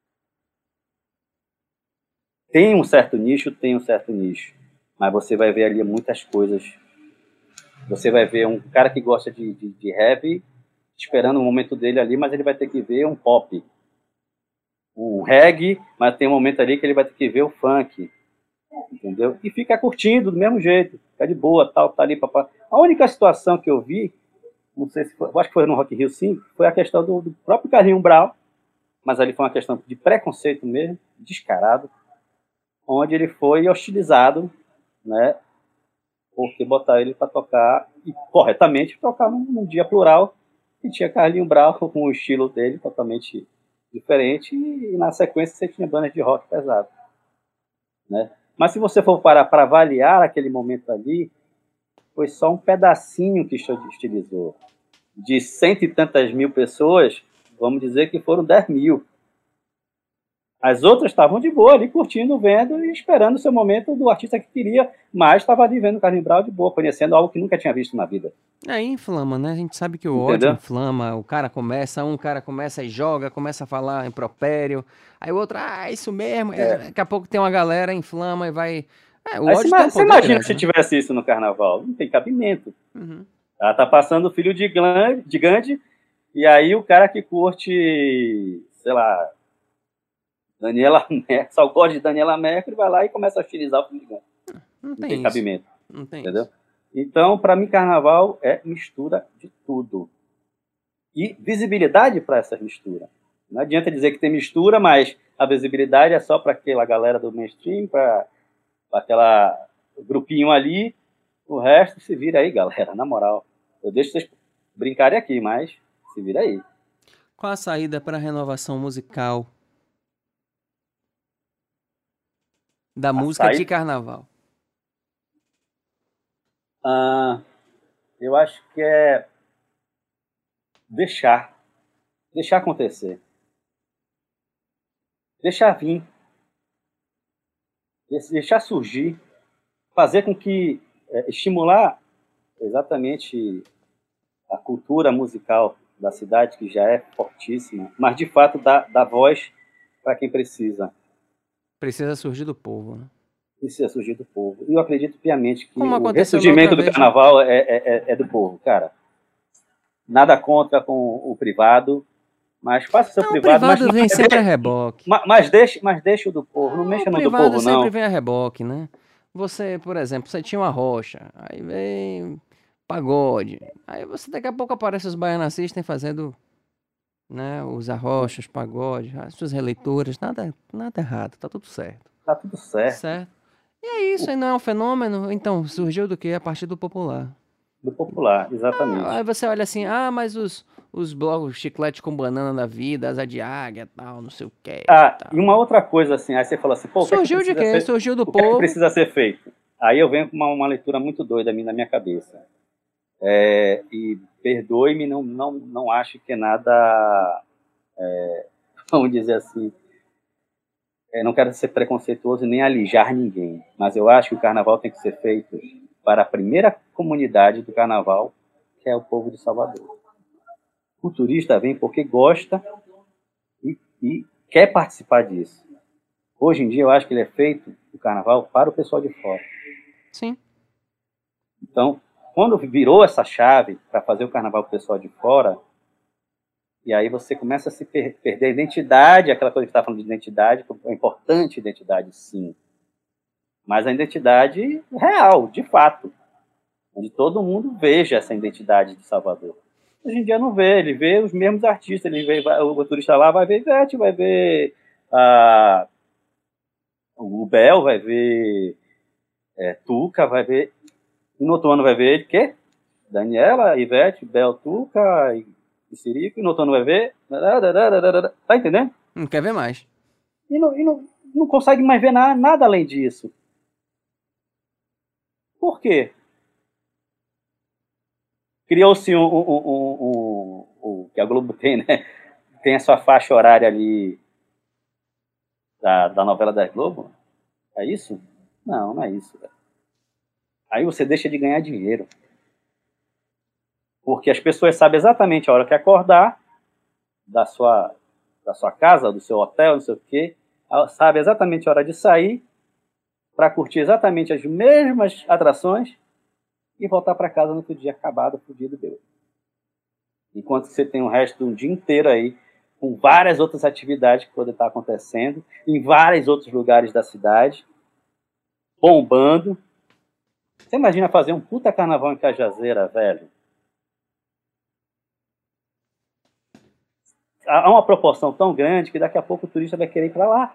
Tem um certo nicho, mas você vai ver ali muitas coisas. Você vai ver um cara que gosta de heavy esperando o momento dele ali, mas ele vai ter que ver um pop. Um reggae, mas tem um momento ali que ele vai ter que ver o funk. Entendeu? E fica curtindo do mesmo jeito. Fica de boa, tal, tá ali, papai. A única situação que eu vi, não sei se foi, acho que foi no Rock in Rio, sim, foi a questão do próprio Carlinhos Brau, mas ali foi uma questão de preconceito mesmo, descarado, onde ele foi hostilizado, né, porque botar ele para tocar, e corretamente tocar num dia plural, e tinha Carlinhos Brau com o estilo dele totalmente diferente, e na sequência você tinha bandas de rock pesado, né? Mas se você for parar para avaliar aquele momento ali, foi só um pedacinho que estilizou. De 100 e tantas mil pessoas, vamos dizer que foram 10 mil. As outras estavam de boa ali, curtindo, vendo e esperando o seu momento do artista que queria, mas estava ali vendo o Carlinhos Brau de boa, conhecendo algo que nunca tinha visto na vida. Aí inflama, né? A gente sabe que o ódio inflama, um cara começa e joga, começa a falar impropério, aí o outro, isso mesmo, daqui a pouco tem uma galera, inflama e vai... o ódio tem um você imagina grande, se tivesse isso no carnaval? Não tem cabimento. Uhum. Ela tá passando o filho de Gandhi, e aí o cara que curte, sei lá, Daniela Mercury, só gosta de Daniela Mercury, vai lá e começa a hostilizar o filho de Gandhi. Não tem cabimento. Não tem entendeu? Isso. Então, para mim, carnaval é mistura de tudo. E visibilidade para essa mistura. Não adianta dizer que tem mistura, mas A visibilidade é só para aquela galera do mainstream, para aquela grupinho ali. O resto se vira aí, galera, na moral. Eu deixo vocês brincarem aqui, mas se vira aí. Qual a saída para a renovação musical da música de carnaval? Eu acho que é deixar acontecer. Deixar vir. Deixar surgir. Fazer com que... estimular exatamente a cultura musical da cidade, que já é fortíssima, mas de fato dá voz para quem precisa. Precisa surgir do povo, né? Precisa surgir do povo. E eu acredito piamente que o ressurgimento do carnaval é do povo, cara. Nada contra com o privado, mas faça seu privado. O privado vem sempre a reboque. Mas deixe o do povo, não mexa no do povo, não. O privado sempre vem a reboque, né? Você, por exemplo, você tinha uma rocha, aí vem pagode, aí você daqui a pouco aparece os Baiana System fazendo, né, os arrochas, pagode, as suas releituras, nada errado, tá tudo certo. Tá tudo certo. Certo. E é isso, aí não é um fenômeno, então surgiu do quê? A partir do popular. Do popular, exatamente. Aí você olha assim, mas os blogos chiclete com banana da vida, asa de águia, tal, não sei o quê. E uma outra coisa assim, aí você fala assim, pô, surgiu de quê? Surgiu do povo. O que precisa ser feito? Aí eu venho com uma leitura muito doida na minha cabeça. E perdoe-me, não acho que é nada, vamos dizer assim, não quero ser preconceituoso nem alijar ninguém, mas eu acho que o carnaval tem que ser feito para a primeira comunidade do carnaval, que é o povo de Salvador. O turista vem porque gosta e quer participar disso. Hoje em dia eu acho que ele é feito, o carnaval, para o pessoal de fora. Sim. Então, quando virou essa chave para fazer o carnaval para o pessoal de fora, e aí você começa a se perder a identidade, aquela coisa que você está falando de identidade, é importante a identidade, sim. Mas a identidade real, de fato. Onde todo mundo veja essa identidade de Salvador. Hoje em dia não vê, ele vê os mesmos artistas, o turista lá vai ver Ivete, vai ver o Bel, vai ver Tuca, vai ver... E no outro ano vai ver ele, quê? Daniela, Ivete, Bel, Tuca e Sirico, e no outro ano vai ver... Tá entendendo? Não quer ver mais. E não consegue mais ver nada além disso. Por quê? Criou-se que a Globo tem, né? Tem a sua faixa horária ali da novela da Globo. É isso? Não é isso. Velho. Aí você deixa de ganhar dinheiro. Porque as pessoas sabem exatamente a hora que acordar da sua casa, do seu hotel, não sei o quê. Sabe exatamente a hora de sair para curtir exatamente as mesmas atrações e voltar para casa no outro dia acabado, fudido Deus. Enquanto você tem o resto de um dia inteiro aí, com várias outras atividades que podem estar acontecendo, em vários outros lugares da cidade, bombando. Você imagina fazer um puta carnaval em Cajazeira, velho? Há uma proporção tão grande que daqui a pouco o turista vai querer ir para lá.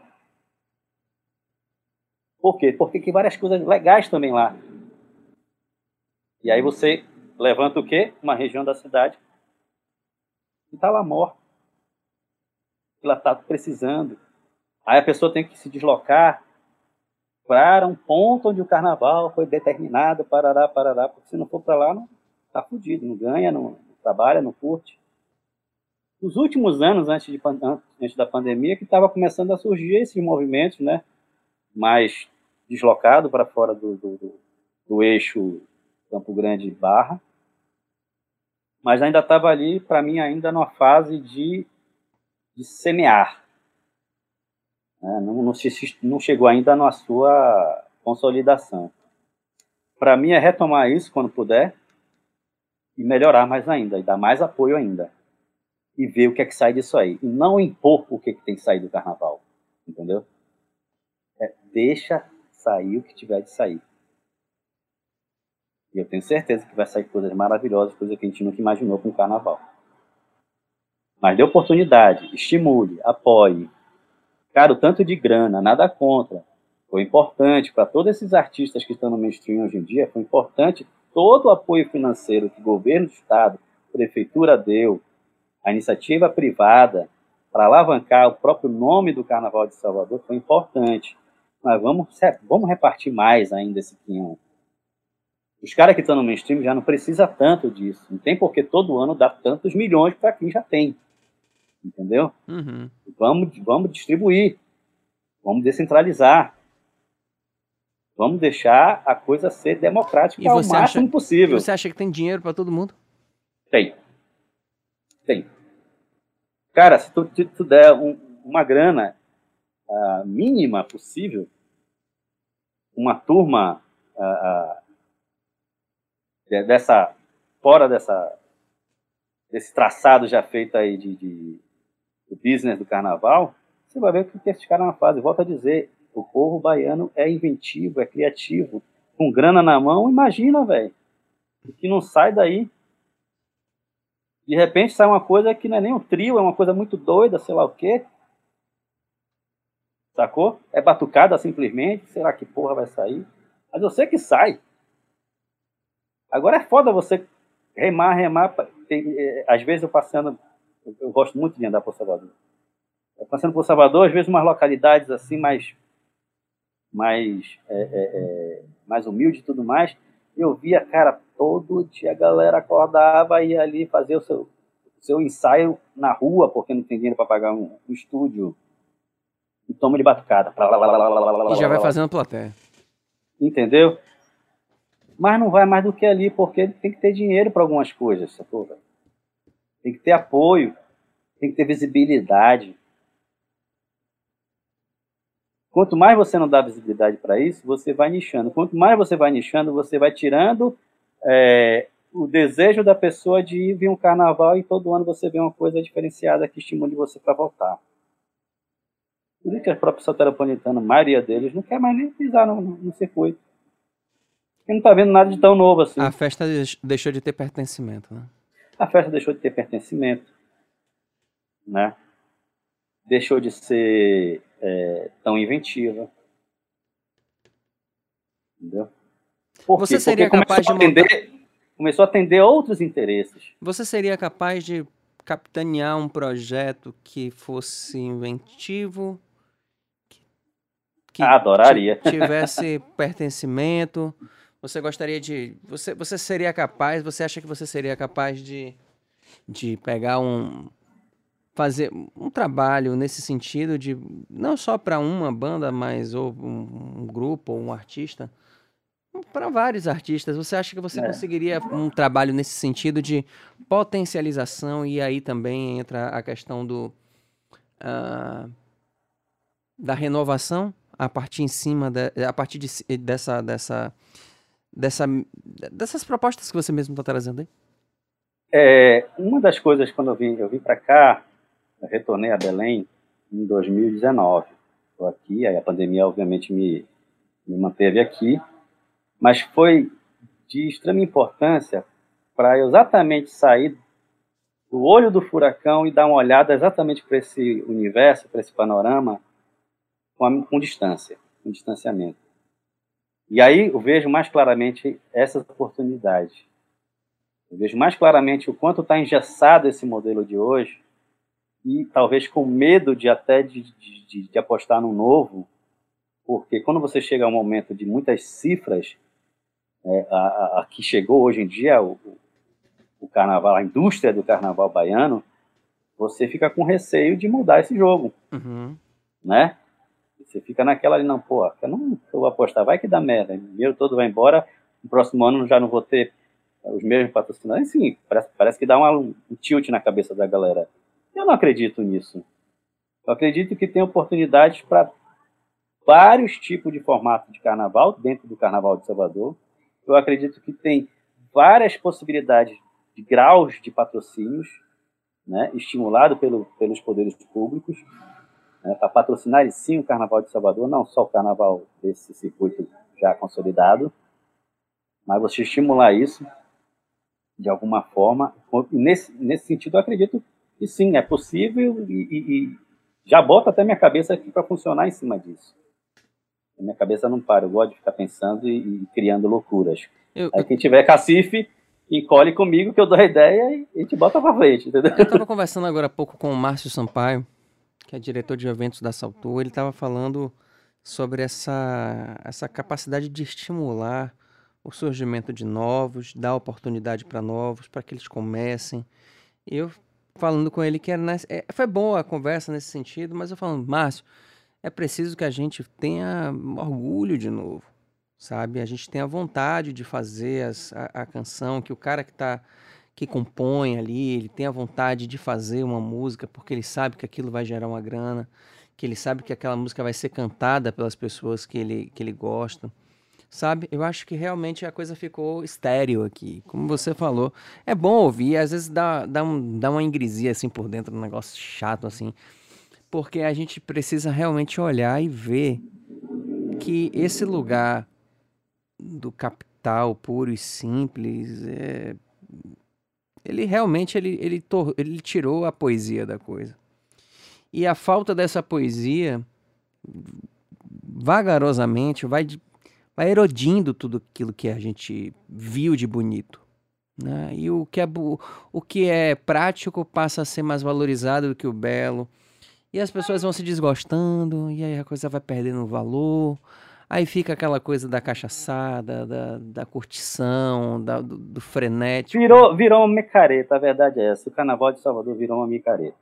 Por quê? Porque tem várias coisas legais também lá. E aí você levanta o quê? Uma região da cidade que está lá morta. Ela está precisando. Aí a pessoa tem que se deslocar para um ponto onde o carnaval foi determinado, parará, porque se não for para lá, não está fudido, não ganha, não trabalha, não curte. Nos últimos anos, antes da pandemia, que estava começando a surgir esses movimentos, né, mais deslocado para fora do eixo Campo Grande Barra, mas ainda estava ali, para mim, ainda numa fase de semear. Não chegou ainda na sua consolidação. Para mim é retomar isso quando puder e melhorar mais ainda, e dar mais apoio ainda. E ver o que é que sai disso aí. E não impor o que tem que sair do carnaval. Entendeu? Deixa sair o que tiver de sair. E eu tenho certeza que vai sair coisas maravilhosas, coisas que a gente nunca imaginou com o carnaval. Mas dê oportunidade, estimule, apoie. Cara, o tanto de grana, nada contra. Foi importante para todos esses artistas que estão no mainstream hoje em dia, foi importante todo o apoio financeiro que o governo do estado, a prefeitura deu, a iniciativa privada, para alavancar o próprio nome do Carnaval de Salvador, foi importante. Mas vamos repartir mais ainda esse quinhão. Os caras que estão no mainstream já não precisam tanto disso. Não tem por que todo ano dar tantos milhões para quem já tem. Entendeu? Uhum. Vamos distribuir. Vamos descentralizar. Vamos deixar a coisa ser democrática ao máximo possível. E você acha que tem dinheiro para todo mundo? Tem. Cara, se tu der uma grana mínima possível, uma turma fora desse traçado já feito aí do business do carnaval, você vai ver o que esses caras fazem. Volto a dizer, o povo baiano é inventivo, é criativo. Com grana na mão, imagina, velho. O que não sai daí. De repente sai uma coisa que não é nem um trio, é uma coisa muito doida, sei lá o quê. Sacou? É batucada simplesmente, sei lá que porra vai sair. Mas eu sei que sai. Agora é foda você remar. Às vezes eu gosto muito de andar por Salvador. Passando por Salvador, às vezes umas localidades assim mais humilde e tudo mais, eu via, cara, todo dia a galera acordava e ia ali fazer o seu ensaio na rua, porque não tem dinheiro para pagar um estúdio, e toma de batucada. E já vai fazendo plateia. Entendeu? Mas não vai mais do que ali, porque tem que ter dinheiro para algumas coisas, sacou? Tem que ter apoio, tem que ter visibilidade. Quanto mais você não dá visibilidade para isso, você vai nichando. Quanto mais você vai nichando, você vai tirando o desejo da pessoa de ir ver um carnaval e todo ano você vê uma coisa diferenciada que estimule você para voltar. Por isso que a própria soteropolitana, a maioria deles, não quer mais nem pisar no circuito. Porque não está vendo nada de tão novo assim. A festa deixou de ter pertencimento, né? A festa deixou de ter pertencimento, né? Deixou de ser tão inventiva. Entendeu? Você seria capaz começou a atender outros interesses. Você seria capaz de capitanear um projeto que fosse inventivo? Que adoraria. Tivesse pertencimento? Você gostaria de... Você seria capaz... Você acha que você seria capaz de pegar fazer um trabalho nesse sentido de não só para uma banda, mas ou um grupo ou um artista, para vários artistas? Você acha que você conseguiria um trabalho nesse sentido de potencialização? E aí também entra a questão da renovação a partir dessas propostas que você mesmo está trazendo aí? Uma das coisas, quando eu vim para cá, eu retornei a Belém em 2019. Estou aqui, aí a pandemia obviamente me manteve aqui, mas foi de extrema importância para exatamente sair do olho do furacão e dar uma olhada exatamente para esse universo, para esse panorama, com distância, com distanciamento. E aí eu vejo mais claramente essas oportunidades. Eu vejo mais claramente o quanto está engessado esse modelo de hoje e talvez com medo de apostar no novo, porque quando você chega a um momento de muitas cifras, a que chegou hoje em dia o carnaval, a indústria do carnaval baiano, você fica com receio de mudar esse jogo, né? Você fica naquela ali, eu vou apostar, vai que dá merda, o dinheiro todo vai embora, no próximo ano já não vou ter os mesmos patrocinadores, enfim, parece que dá um tilt na cabeça da galera. Eu não acredito nisso. Eu acredito que tem oportunidades para vários tipos de formato de carnaval dentro do Carnaval de Salvador. Eu acredito que tem várias possibilidades de graus de patrocínios, né, estimulado pelos poderes públicos, né, para patrocinar sim o Carnaval de Salvador, não só o carnaval desse circuito já consolidado, mas você estimular isso de alguma forma. Nesse sentido, eu acredito que sim, é possível e já boto até minha cabeça aqui para funcionar em cima disso. A minha cabeça não para, eu gosto de ficar pensando e criando loucuras. Aí quem tiver cacife, encolhe comigo que eu dou a ideia e a gente bota pra frente, entendeu? Eu estava conversando agora há pouco com o Márcio Sampaio, que é diretor de eventos da Saltou. Ele estava falando sobre essa capacidade de estimular o surgimento de novos, dar oportunidade para novos, para que eles comecem. E eu falando com ele que foi boa a conversa nesse sentido, mas eu falando, Márcio, é preciso que a gente tenha orgulho de novo, sabe? A gente tenha vontade de fazer a canção, que o cara que compõe ali, ele tenha vontade de fazer uma música, porque ele sabe que aquilo vai gerar uma grana, que ele sabe que aquela música vai ser cantada pelas pessoas que ele gosta, sabe? Eu acho que realmente a coisa ficou estéril aqui, como você falou. É bom ouvir, às vezes dá uma ingresia assim por dentro, um negócio chato assim, porque a gente precisa realmente olhar e ver que esse lugar do capital puro e simples, ele realmente ele tirou a poesia da coisa. E a falta dessa poesia, vagarosamente, vai erodindo tudo aquilo que a gente viu de bonito, né? E o que é prático passa a ser mais valorizado do que o belo. E as pessoas vão se desgostando, e aí a coisa vai perdendo valor. Aí fica aquela coisa da cachaçada, da curtição, do frenético. Virou uma micareta, a verdade é essa. O Carnaval de Salvador virou uma micareta.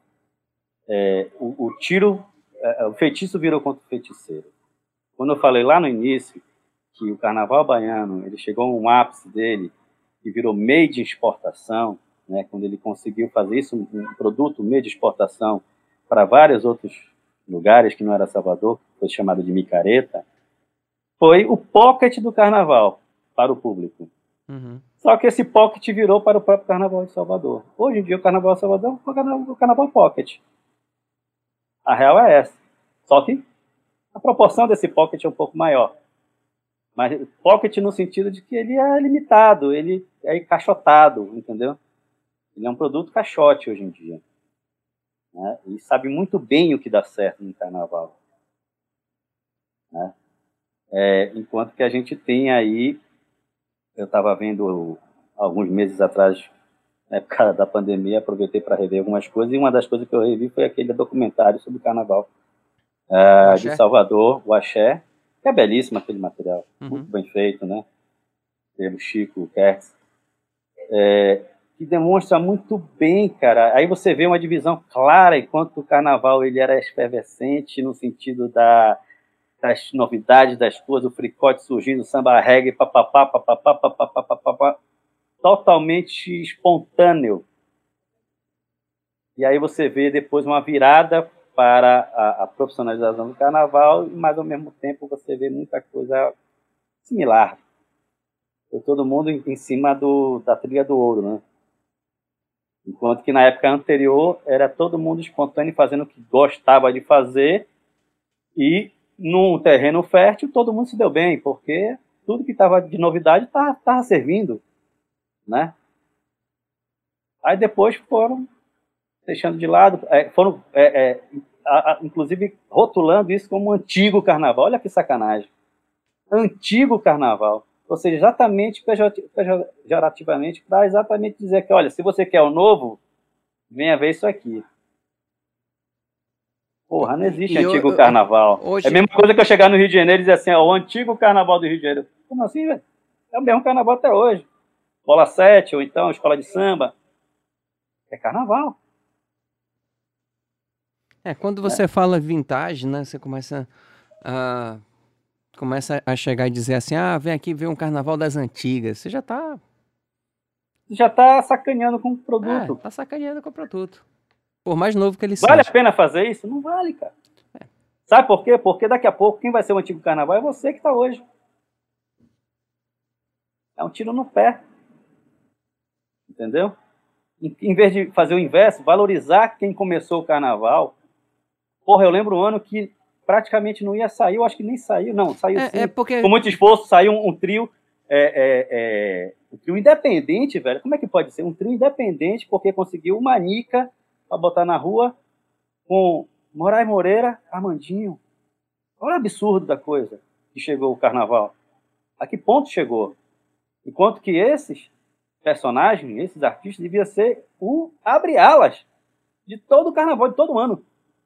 O feitiço virou contra o feiticeiro. Quando eu falei lá no início que o Carnaval baiano ele chegou a um ápice dele e virou meio de exportação, né, quando ele conseguiu fazer isso, um produto meio de exportação para vários outros lugares que não era Salvador, foi chamado de micareta, foi o pocket do Carnaval para o público. Uhum. Só que esse pocket virou para o próprio Carnaval de Salvador. Hoje em dia o Carnaval de Salvador é o Carnaval pocket. A real é essa. Só que a proporção desse pocket é um pouco maior. Mas pocket no sentido de que ele é limitado, ele é encaixotado, entendeu? Ele é um produto caixote hoje em dia. Né? E sabe muito bem o que dá certo no Carnaval. Né? Enquanto que a gente tem aí, eu estava vendo alguns meses atrás, na época da pandemia, aproveitei para rever algumas coisas, e uma das coisas que eu revi foi aquele documentário sobre o Carnaval de Salvador, o Axé, que é belíssimo aquele material, muito bem feito, né? Pelo Chico Kertz, que demonstra muito bem, cara. Aí você vê uma divisão clara, enquanto o Carnaval ele era efervescente no sentido das novidades das coisas, o fricote surgindo, o samba reggae, papapá, papapá, papapá, papapá, totalmente espontâneo. E aí você vê depois uma virada para a profissionalização do Carnaval, mas ao mesmo tempo você vê muita coisa similar. Foi todo mundo em cima da trilha do ouro, né? Enquanto que na época anterior era todo mundo espontâneo fazendo o que gostava de fazer, e num terreno fértil todo mundo se deu bem, porque tudo que estava de novidade estava servindo, né? Aí depois foram deixando de lado, inclusive rotulando isso como antigo Carnaval. Olha que sacanagem. Antigo Carnaval. Ou seja, exatamente, pejorativamente, para exatamente dizer que, olha, se você quer o novo, venha ver isso aqui. Porra, não existe antigo Carnaval. Hoje... É a mesma coisa que eu chegar no Rio de Janeiro e dizer assim, o antigo Carnaval do Rio de Janeiro. Como assim, velho? É o mesmo Carnaval até hoje. Bola 7, ou então escola de samba. É Carnaval. Quando você fala vintage, né, você começa a chegar e dizer assim, vem aqui ver um Carnaval das antigas. Você já tá sacaneando com o produto. Tá sacaneando com o produto. Por mais novo que ele seja. Vale a pena fazer isso? Não vale, cara. Sabe por quê? Porque daqui a pouco quem vai ser o antigo Carnaval é você que tá hoje. É um tiro no pé. Entendeu? Em vez de fazer o inverso, valorizar quem começou o Carnaval. Porra, eu lembro um ano que praticamente não ia sair, eu acho que nem saiu, não, saiu sim. Porque... Com muito esforço, saiu um trio, um trio independente, velho. Como é que pode ser? Um trio independente porque conseguiu uma nica para botar na rua com Moraes Moreira, Armandinho. Olha o absurdo da coisa que chegou o carnaval. A que ponto chegou? Enquanto que esses personagens, esses artistas, deviam ser o abre-alas de todo o carnaval, de todo ano.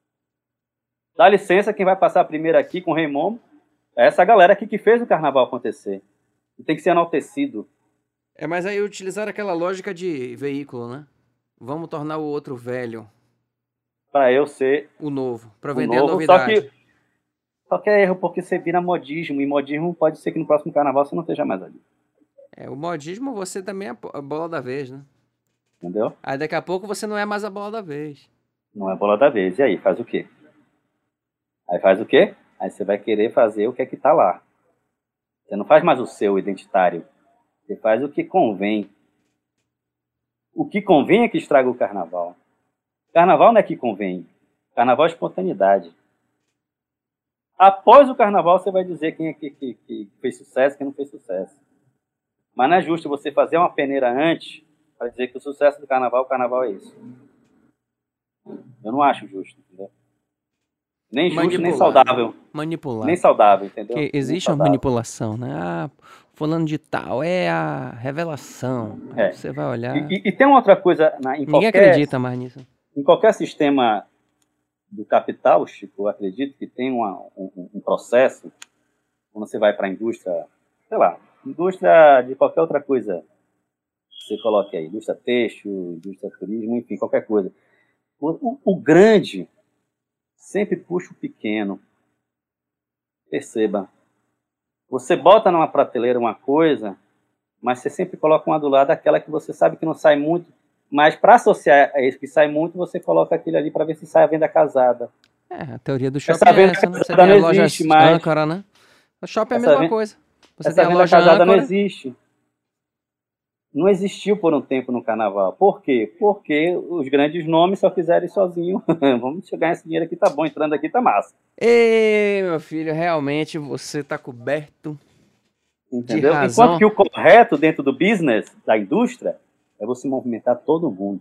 Dá licença, quem vai passar primeiro aqui com o Rei Momo é essa galera aqui que fez o carnaval acontecer. E tem que ser enaltecido. Mas aí utilizaram aquela lógica de veículo, né? Vamos tornar o outro velho. Para eu ser o novo, para o vender novo, a novidade. Só que é erro, porque você vira modismo, e modismo pode ser que no próximo carnaval você não esteja mais ali. O modismo você também é a bola da vez, né? Entendeu? Aí daqui a pouco você não é mais a bola da vez. Não é a bola da vez. E aí, faz o quê? Aí faz o quê? Aí você vai querer fazer o que é que tá lá. Você não faz mais o seu identitário. Você faz o que convém. O que convém é que estraga o carnaval. Carnaval não é que convém. Carnaval é espontaneidade. Após o carnaval, você vai dizer quem é que fez sucesso e quem não fez sucesso. Mas não é justo você fazer uma peneira antes para dizer que o sucesso do carnaval é isso. Eu não acho justo, entendeu? Nem justo, nem saudável. Manipular. Nem saudável, entendeu? Porque existe uma manipulação, né? Fulano de tal é a revelação. Aí você vai olhar... E tem uma outra coisa... Ninguém acredita mais nisso. Em qualquer sistema do capital, Chico, eu acredito que tem um processo, quando você vai para a indústria, sei lá, indústria de qualquer outra coisa que você coloque aí, indústria têxtil, indústria turismo, enfim, qualquer coisa. O grande sempre puxa o pequeno. Perceba. Você bota numa prateleira uma coisa, mas você sempre coloca uma do lado daquela que você sabe que não sai muito, mas para associar a isso que sai muito, você coloca aquilo ali para ver se sai a venda casada. A teoria do shopping é essa, né? Você tem a loja âncora, né? O shopping é a mesma coisa. Você tem a loja casada âncora. Não existe. Não existiu por um tempo no carnaval. Por quê? Porque os grandes nomes só fizeram isso sozinho. Vamos chegar nesse dinheiro aqui, tá bom, entrando aqui tá massa. Meu filho, realmente você tá coberto. Entendeu? De razão. Enquanto que o correto dentro do business, da indústria, é você movimentar todo mundo.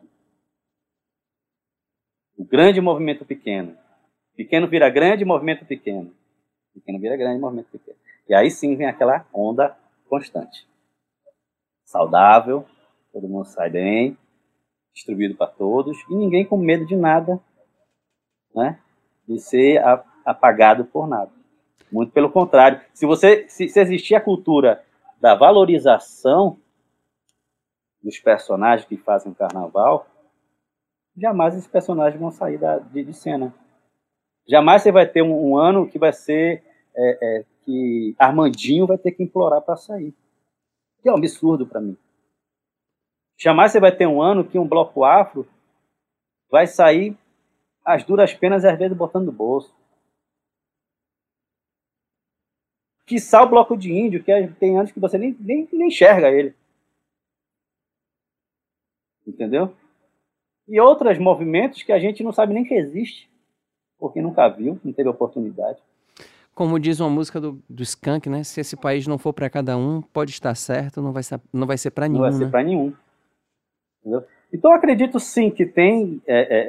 O grande movimento pequeno. Pequeno vira grande, movimento pequeno. Pequeno vira grande, movimento pequeno. E aí sim vem aquela onda constante. Saudável, todo mundo sai bem, distribuído para todos, e ninguém com medo de nada, né? De ser apagado por nada. Muito pelo contrário. Se existir a cultura da valorização dos personagens que fazem o carnaval, jamais esses personagens vão sair de cena. Jamais você vai ter um ano que vai ser que Armandinho vai ter que implorar para sair. Que é um absurdo para mim. Jamais você vai ter um ano que um bloco afro vai sair às duras penas e às vezes botando no bolso. Quiçá o bloco de índio, que tem anos que você nem enxerga ele. Entendeu? E outros movimentos que a gente não sabe nem que existe, porque nunca viu, não teve oportunidade. Como diz uma música do Skank, né? Se esse país não for para cada um, pode estar certo, não vai ser para nenhum. Não vai ser para nenhum. Entendeu? Então eu acredito sim que tem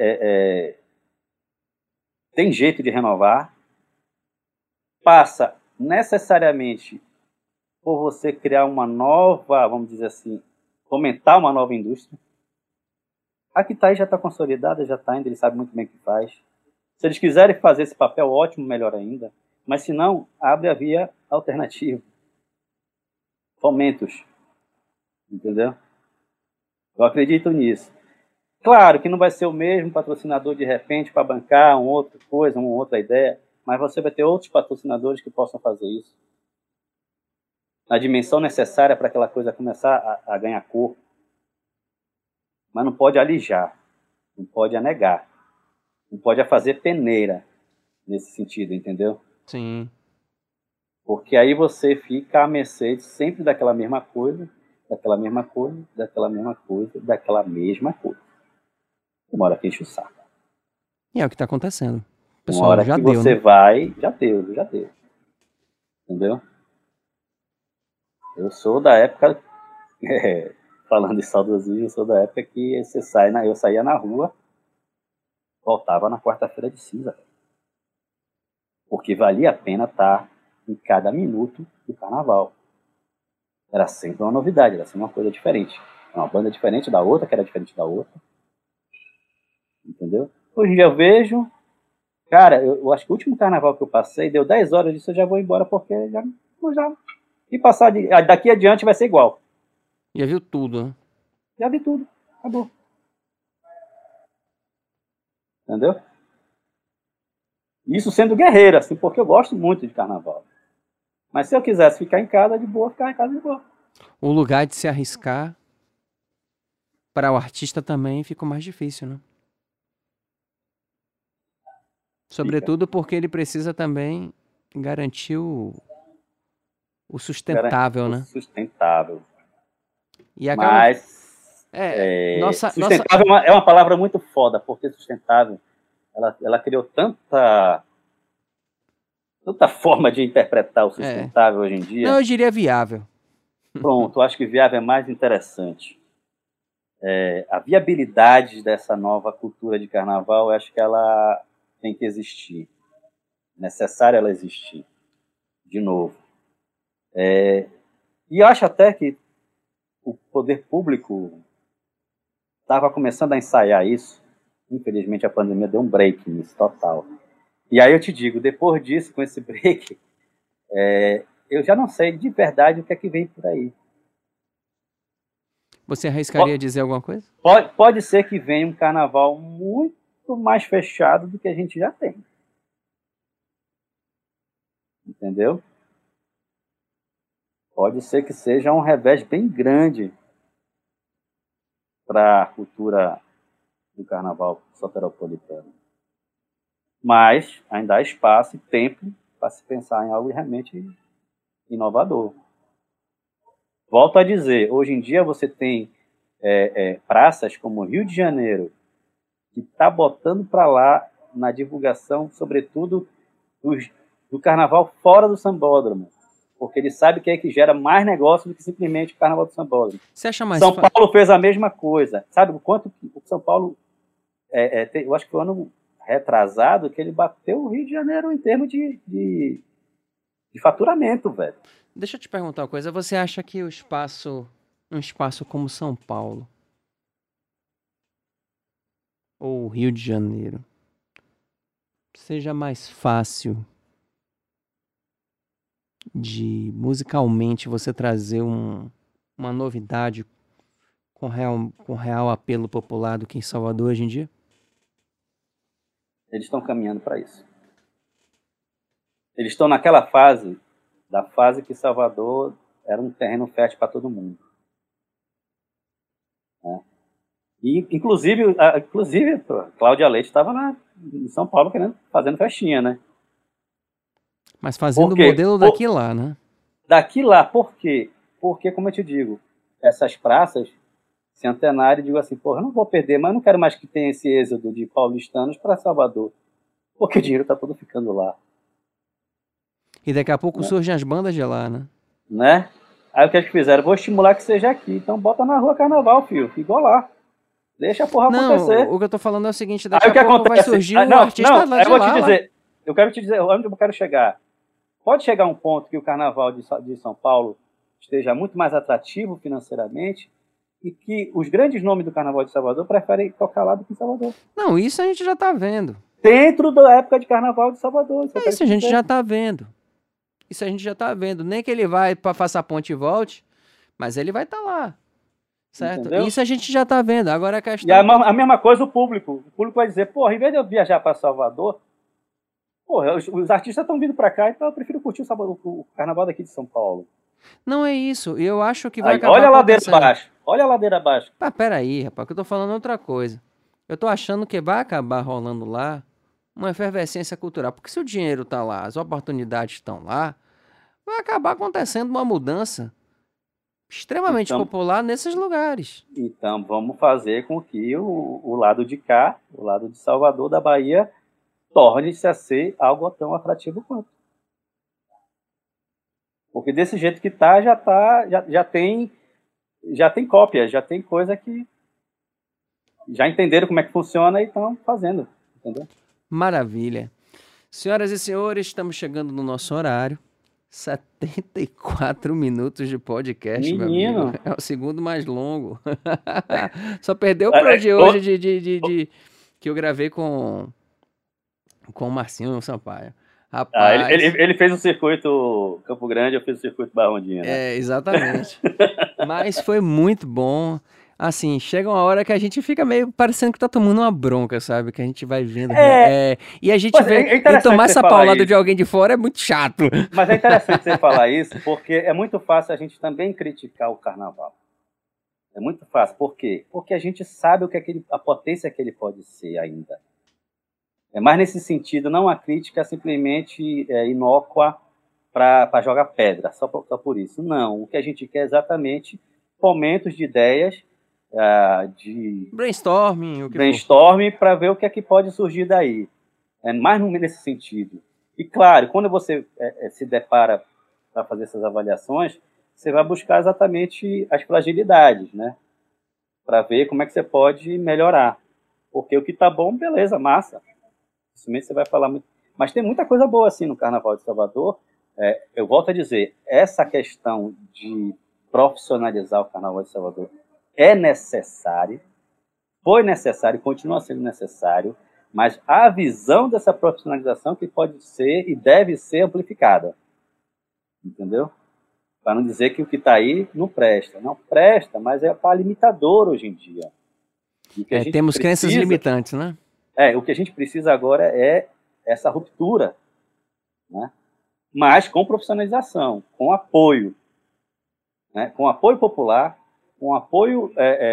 jeito de renovar. Passa necessariamente por você criar uma nova, vamos dizer assim, fomentar uma nova indústria. A que está aí já está consolidada, já está indo, ele sabe muito bem o que faz. Se eles quiserem fazer esse papel, ótimo, melhor ainda. Mas se não, abre a via alternativa. Fomentos. Entendeu? Eu acredito nisso. Claro que não vai ser o mesmo patrocinador de repente para bancar uma outra coisa, uma outra ideia, mas você vai ter outros patrocinadores que possam fazer isso. Na dimensão necessária para aquela coisa começar a ganhar cor. Mas não pode alijar, não pode anegar, não pode fazer peneira nesse sentido, entendeu? Sim. Porque aí você fica à mercê sempre daquela mesma coisa, daquela mesma coisa, daquela mesma coisa, daquela mesma coisa. Uma hora que enche o saco. E é o que está acontecendo. Pessoal, uma hora já que deu, você né? vai, já deu. Entendeu? Eu sou da época, falando de saudosismo, eu sou da época que eu saía na rua, voltava na quarta-feira de cinza. porque valia a pena estar em cada minuto do carnaval. Era sempre uma novidade, era sempre uma coisa diferente. Uma banda diferente da outra, que era diferente da outra. Entendeu? Hoje em dia eu vejo... Cara, eu acho que o último carnaval que eu passei, deu 10 horas disso, eu já vou embora, porque já e passar daqui adiante vai ser igual. Já viu tudo, né? Já vi tudo. Acabou. Entendeu? Isso sendo guerreiro, assim, porque eu gosto muito de carnaval. Mas se eu quisesse ficar em casa de boa, ficar em casa de boa. O lugar de se arriscar para o artista também fica mais difícil, né? Sobretudo porque ele precisa também garantir o sustentável, né? Sustentável. E acaba... Mas sustentável é uma palavra muito foda, porque sustentável ela criou tanta forma de interpretar o sustentável hoje em dia. Não, eu diria viável. Pronto, eu acho que viável é mais interessante. A viabilidade dessa nova cultura de carnaval, eu acho que ela tem que existir. Necessário ela existir. De novo. E eu acho até que o poder público estava começando a ensaiar isso. Infelizmente a pandemia deu um break nisso, total. E aí eu te digo, depois disso, com esse break, eu já não sei de verdade o que é que vem por aí. Você arriscaria dizer alguma coisa? Pode ser que venha um carnaval muito mais fechado do que a gente já tem. Entendeu? Pode ser que seja um revés bem grande para a cultura do carnaval soteropolitano. Mas ainda há espaço e tempo para se pensar em algo realmente inovador. Volto a dizer, hoje em dia você tem praças como Rio de Janeiro, que está botando para lá na divulgação, sobretudo, do carnaval fora do sambódromo. Porque ele sabe que é que gera mais negócio do que simplesmente o carnaval do sambódromo. Você acha mais São Paulo fez a mesma coisa. Sabe o quanto o São Paulo... eu acho que foi o ano retrasado que ele bateu o Rio de Janeiro em termos de faturamento, velho. Deixa eu te perguntar uma coisa. Você acha que um espaço como São Paulo ou Rio de Janeiro seja mais fácil de musicalmente você trazer uma novidade com real apelo popular do que em Salvador hoje em dia? Eles estão caminhando para isso. Eles estão naquela fase que Salvador era um terreno fértil para todo mundo. E, inclusive Cláudia Leite estava em São Paulo fazendo festinha, né? Mas fazendo o modelo daqui lá, né? Daqui lá, por quê? Porque, como eu te digo, essas praças se antenaram e digo assim, eu não vou perder, mas eu não quero mais que tenha esse êxodo de paulistanos para Salvador, porque o dinheiro está todo ficando lá. E daqui a pouco surgem as bandas de lá, né? Aí o que eles fizeram? Vou estimular que seja aqui, então bota na rua carnaval, filho, igual lá. Deixa a porra acontecer. Não, o que eu tô falando é o seguinte, daqui a pouco vai surgir um artista lá de lá. Eu quero te dizer onde eu quero chegar. Pode chegar um ponto que o carnaval de São Paulo esteja muito mais atrativo financeiramente e que os grandes nomes do carnaval de Salvador preferem tocar lá do que em Salvador. Não, isso a gente já tá vendo. Dentro da época de carnaval de Salvador. Isso a gente já tá vendo. Isso a gente já tá vendo. Nem que ele vai para fazer a ponte e volte, mas ele vai estar lá. Certo? Entendeu? Isso a gente já tá vendo. Agora a questão... E a mesma coisa o público. O público vai dizer, em vez de eu viajar para Salvador, os artistas estão vindo para cá, então eu prefiro curtir o carnaval daqui de São Paulo. Não é isso. Eu acho que vai acabar olha a ladeira abaixo. Olha a ladeira abaixo. Peraí, rapaz, que eu tô falando outra coisa. Eu tô achando que vai acabar rolando lá uma efervescência cultural. Porque se o dinheiro tá lá, as oportunidades estão lá, vai acabar acontecendo uma mudança extremamente popular nesses lugares. Então, vamos fazer com que o lado de cá, o lado de Salvador, da Bahia, torne-se a ser algo tão atrativo quanto. Porque desse jeito que tá, já tem cópia, já tem coisa que já entenderam como é que funciona e estão fazendo, entendeu? Maravilha. Senhoras e senhores, estamos chegando no nosso horário. 74 minutos de podcast, meu amigo. Menino. É o segundo mais longo. Só perdeu pro de hoje que eu gravei com o Marcinho Sampaio. Rapaz. Ele fez o circuito Campo Grande, eu fiz o circuito Barrondinha, né? É, exatamente. Mas foi muito bom. Assim, chega uma hora que a gente fica meio parecendo que tá tomando uma bronca, sabe? Que a gente vai vendo. E a gente vê. E tomar essa paulada de alguém de fora é muito chato. Mas é interessante você falar isso, porque é muito fácil a gente também criticar o carnaval. É muito fácil. Por quê? Porque a gente sabe o que a potência que ele pode ser ainda. Mas nesse sentido, não a crítica simplesmente inócua para jogar pedra, só por isso. Não, o que a gente quer é exatamente momentos de ideias, de brainstorming para ver o que é que pode surgir daí. Mais nesse sentido. E claro, quando você se depara para fazer essas avaliações, você vai buscar exatamente as fragilidades, né? Para ver como é que você pode melhorar. Porque o que está bom, beleza, massa. Você vai falar muito. Mas tem muita coisa boa assim no Carnaval de Salvador. Eu volto a dizer, essa questão de profissionalizar o Carnaval de Salvador é necessário, foi necessário, continua sendo necessário, mas a visão dessa profissionalização que pode ser e deve ser amplificada. Entendeu? Para não dizer que o que está aí não presta. Não presta, mas está limitador hoje em dia. Temos crenças limitantes, né? O que a gente precisa agora é essa ruptura, né? Mas com profissionalização, com apoio, né? Com apoio popular, com apoio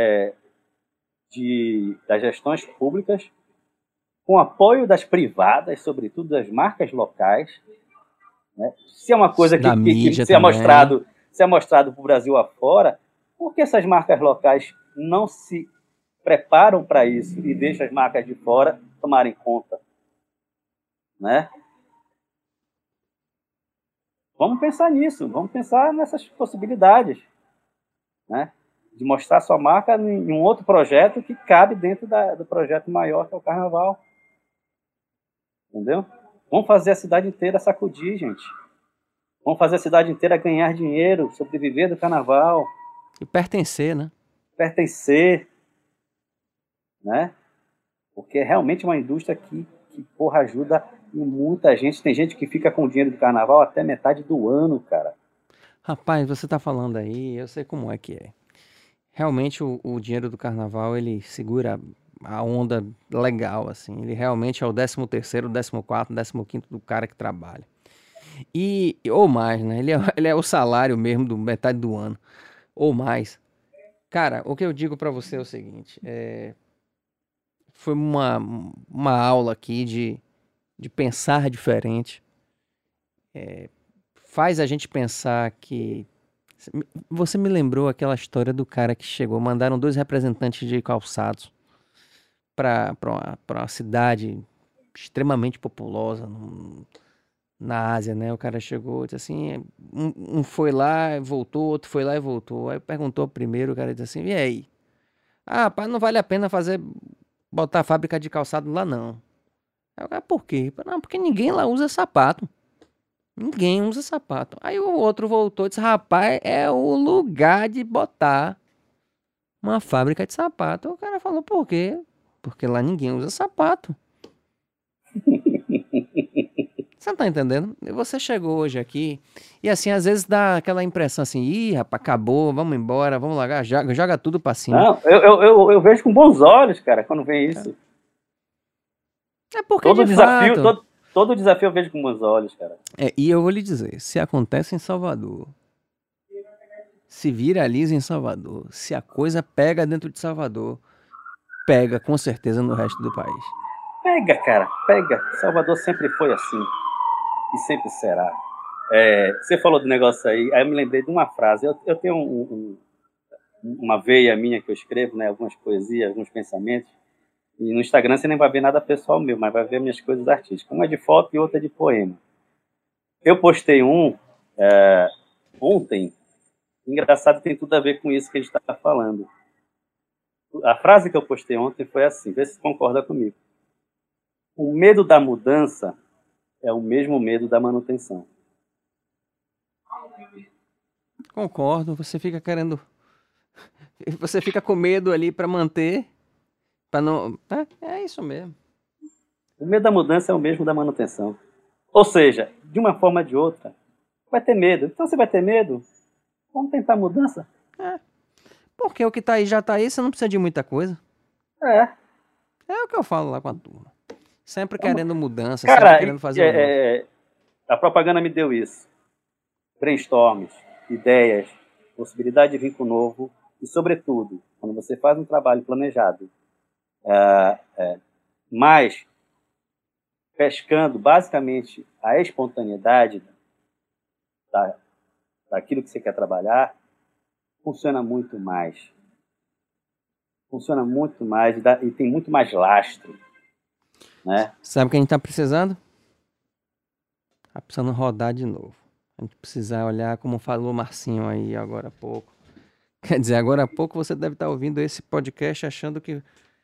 das gestões públicas, com apoio das privadas, sobretudo das marcas locais, né? Se é uma coisa que se é mostrado para o Brasil afora, por que essas marcas locais não se preparam para isso e deixam as marcas de fora tomarem conta, né? Vamos pensar nisso, vamos pensar nessas possibilidades, né? De mostrar sua marca em um outro projeto que cabe dentro do projeto maior que é o Carnaval. Entendeu? Vamos fazer a cidade inteira sacudir, gente. Vamos fazer a cidade inteira ganhar dinheiro, sobreviver do Carnaval. E pertencer, né? Pertencer. Né? Porque é realmente uma indústria que ajuda muita gente. Tem gente que fica com o dinheiro do Carnaval até metade do ano, cara. Rapaz, você tá falando aí, eu sei como é que é. Realmente o dinheiro do Carnaval, ele segura a onda legal, assim. Ele realmente é o 13º, 14º, 15º do cara que trabalha. Ou mais, né? Ele é o salário mesmo do metade do ano. Ou mais. Cara, o que eu digo pra você é o seguinte, foi uma aula aqui de pensar diferente. Faz a gente pensar que... Você me lembrou aquela história do cara que chegou, mandaram 2 representantes de calçados para uma cidade extremamente populosa na Ásia, né? O cara chegou e disse assim, um foi lá e voltou, outro foi lá e voltou. Aí perguntou primeiro, o cara disse assim, e aí? Rapaz, não vale a pena botar a fábrica de calçado lá, não. Aí o cara, por quê? Não, porque ninguém lá usa sapato. Ninguém usa sapato. Aí o outro voltou e disse, rapaz, é o lugar de botar uma fábrica de sapato. O cara falou, por quê? Porque lá ninguém usa sapato. Você não tá entendendo? Você chegou hoje aqui e assim, às vezes dá aquela impressão assim, ih, rapaz, acabou, vamos embora, vamos largar, joga tudo pra cima. Não, eu vejo com bons olhos, cara, quando vem isso. É porque todo desafio eu vejo com bons olhos, cara. E eu vou lhe dizer, se acontece em Salvador, se viraliza em Salvador, se a coisa pega dentro de Salvador, pega com certeza no resto do país. Pega, cara, pega. Salvador sempre foi assim. E sempre será. Você falou do negócio aí eu me lembrei de uma frase. Eu tenho uma veia minha que eu escrevo, né, algumas poesias, alguns pensamentos. E no Instagram você nem vai ver nada pessoal meu, mas vai ver minhas coisas artísticas. Uma é de foto e outra é de poema. Eu postei ontem. Engraçado, tem tudo a ver com isso que a gente está falando. A frase que eu postei ontem foi assim, vê se você concorda comigo. O medo da mudança é o mesmo medo da manutenção. Concordo, você fica querendo. Você fica com medo ali para manter, para não. É isso mesmo. O medo da mudança é o mesmo da manutenção. Ou seja, de uma forma ou de outra, vai ter medo. Então, você vai ter medo? Vamos tentar mudança? Porque o que tá aí já tá aí, você não precisa de muita coisa. É. É o que eu falo lá com a turma. Sempre querendo mudança, Cara, sempre querendo fazer o novo. a propaganda me deu isso. Brainstorms, ideias, possibilidade de vir com o novo e, sobretudo, quando você faz um trabalho planejado, mas pescando basicamente a espontaneidade daquilo que você quer trabalhar, funciona muito mais. Funciona muito mais e tem muito mais lastro. Né? Sabe o que a gente tá precisando? Tá precisando rodar de novo. A gente precisa olhar, como falou o Marcinho aí agora há pouco. Quer dizer, agora há pouco você deve estar ouvindo esse podcast achando que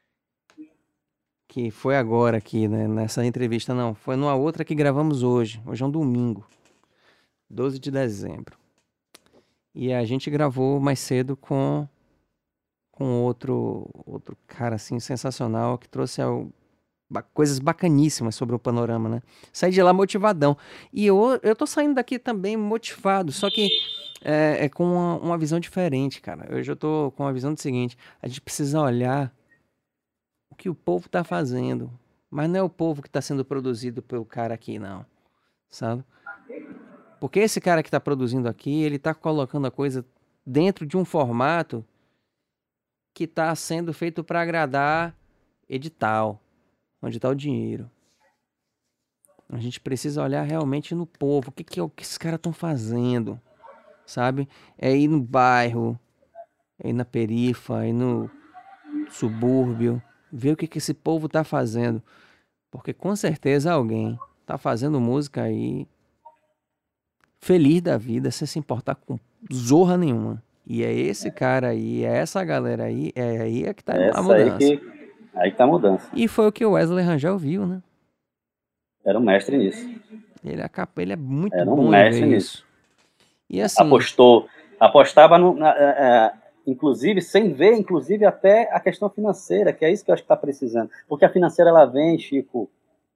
foi agora aqui, né? Nessa entrevista. Não, foi numa outra que gravamos hoje. Hoje é um domingo, 12 de dezembro. E a gente gravou mais cedo com outro cara assim sensacional que trouxe coisas bacaníssimas sobre o panorama, né? Saí de lá motivadão. E eu tô saindo daqui também motivado, só que com uma visão diferente, cara. Hoje eu tô com a visão do seguinte: a gente precisa olhar o que o povo tá fazendo, mas não é o povo que tá sendo produzido pelo cara aqui, não, sabe? Porque esse cara que tá produzindo aqui, ele tá colocando a coisa dentro de um formato que tá sendo feito para agradar edital, onde está o dinheiro. A gente precisa olhar realmente no povo, o que esses caras estão fazendo, sabe? É ir no bairro, é ir na perifa, é ir no subúrbio, ver o que esse povo tá fazendo. Porque com certeza alguém tá fazendo música aí feliz da vida, sem se importar com zorra nenhuma. E é esse cara aí, é essa galera aí, é aí que tá a mudança. Aí que tá a mudança. E foi o que o Wesley Rangel viu, né? Era um mestre nisso. Ele é muito Era um bom em ver isso. E assim... Apostava inclusive, sem ver, inclusive, até a questão financeira, que é isso que eu acho que está precisando. Porque a financeira, ela vem, Chico,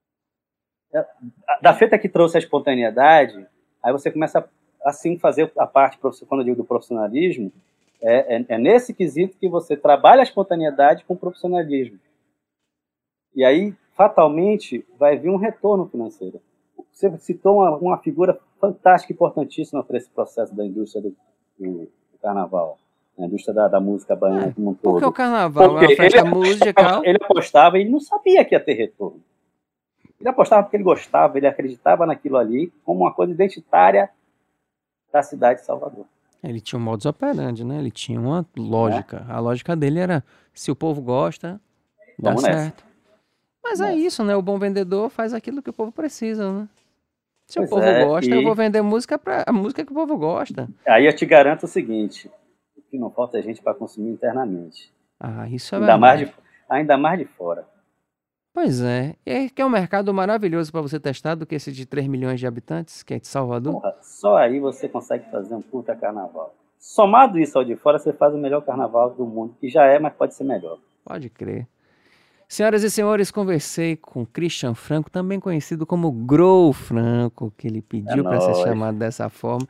da feita que trouxe a espontaneidade, aí você começa assim fazer a parte, quando eu digo do profissionalismo, é nesse quesito que você trabalha a espontaneidade com o profissionalismo. E aí, fatalmente, vai vir um retorno financeiro. Você citou uma figura fantástica e importantíssima para esse processo da indústria do carnaval, a indústria da música baiana como um todo. Porque o carnaval é uma festa musical. Ele apostava e ele não sabia que ia ter retorno. Ele apostava porque ele gostava, ele acreditava naquilo ali como uma coisa identitária da cidade de Salvador. Ele tinha um modus operandi, né? Ele tinha uma lógica. A lógica dele era, se o povo gosta, dá certo. Mas é isso, né? O bom vendedor faz aquilo que o povo precisa, né? Se o povo gosta, eu vou vender música para a música que o povo gosta. Aí eu te garanto o seguinte, o que não falta é gente para consumir internamente. Isso é verdade. Ainda mais de fora. Pois é. E que é um mercado maravilhoso para você testar do que esse de 3 milhões de habitantes, que é de Salvador. Porra, só aí você consegue fazer um puta carnaval. Somado isso ao de fora, você faz o melhor carnaval do mundo, que já é, mas pode ser melhor. Pode crer. Senhoras e senhores, conversei com Christian Franco, também conhecido como Grow Franco, que ele pediu para ser chamado dessa forma.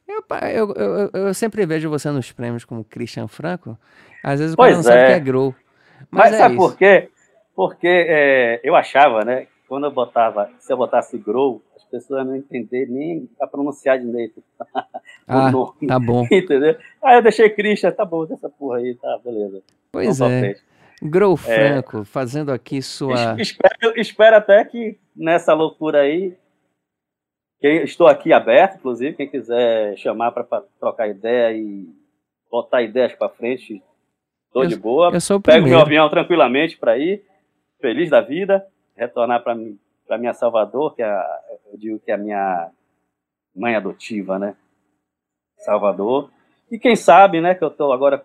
Eu sempre vejo você nos prêmios como Christian Franco. Às vezes o cara não sabe que é Grow. Mas sabe por quê? Porque eu achava, né, quando se eu botasse Grow, as pessoas não entenderem nem a pronunciar direito. Nome. Tá bom. Entendeu? Aí eu deixei Christian, tá bom, dessa porra aí, tá, beleza. Pois é. Grow Franco, fazendo aqui sua... Espero até que nessa loucura aí, estou aqui aberto, inclusive, quem quiser chamar para trocar ideia e botar ideias para frente, estou de boa. Pego meu avião tranquilamente para ir, feliz da vida, retornar para minha Salvador, eu digo que é a minha mãe adotiva, né? Salvador. E quem sabe, né, que eu estou agora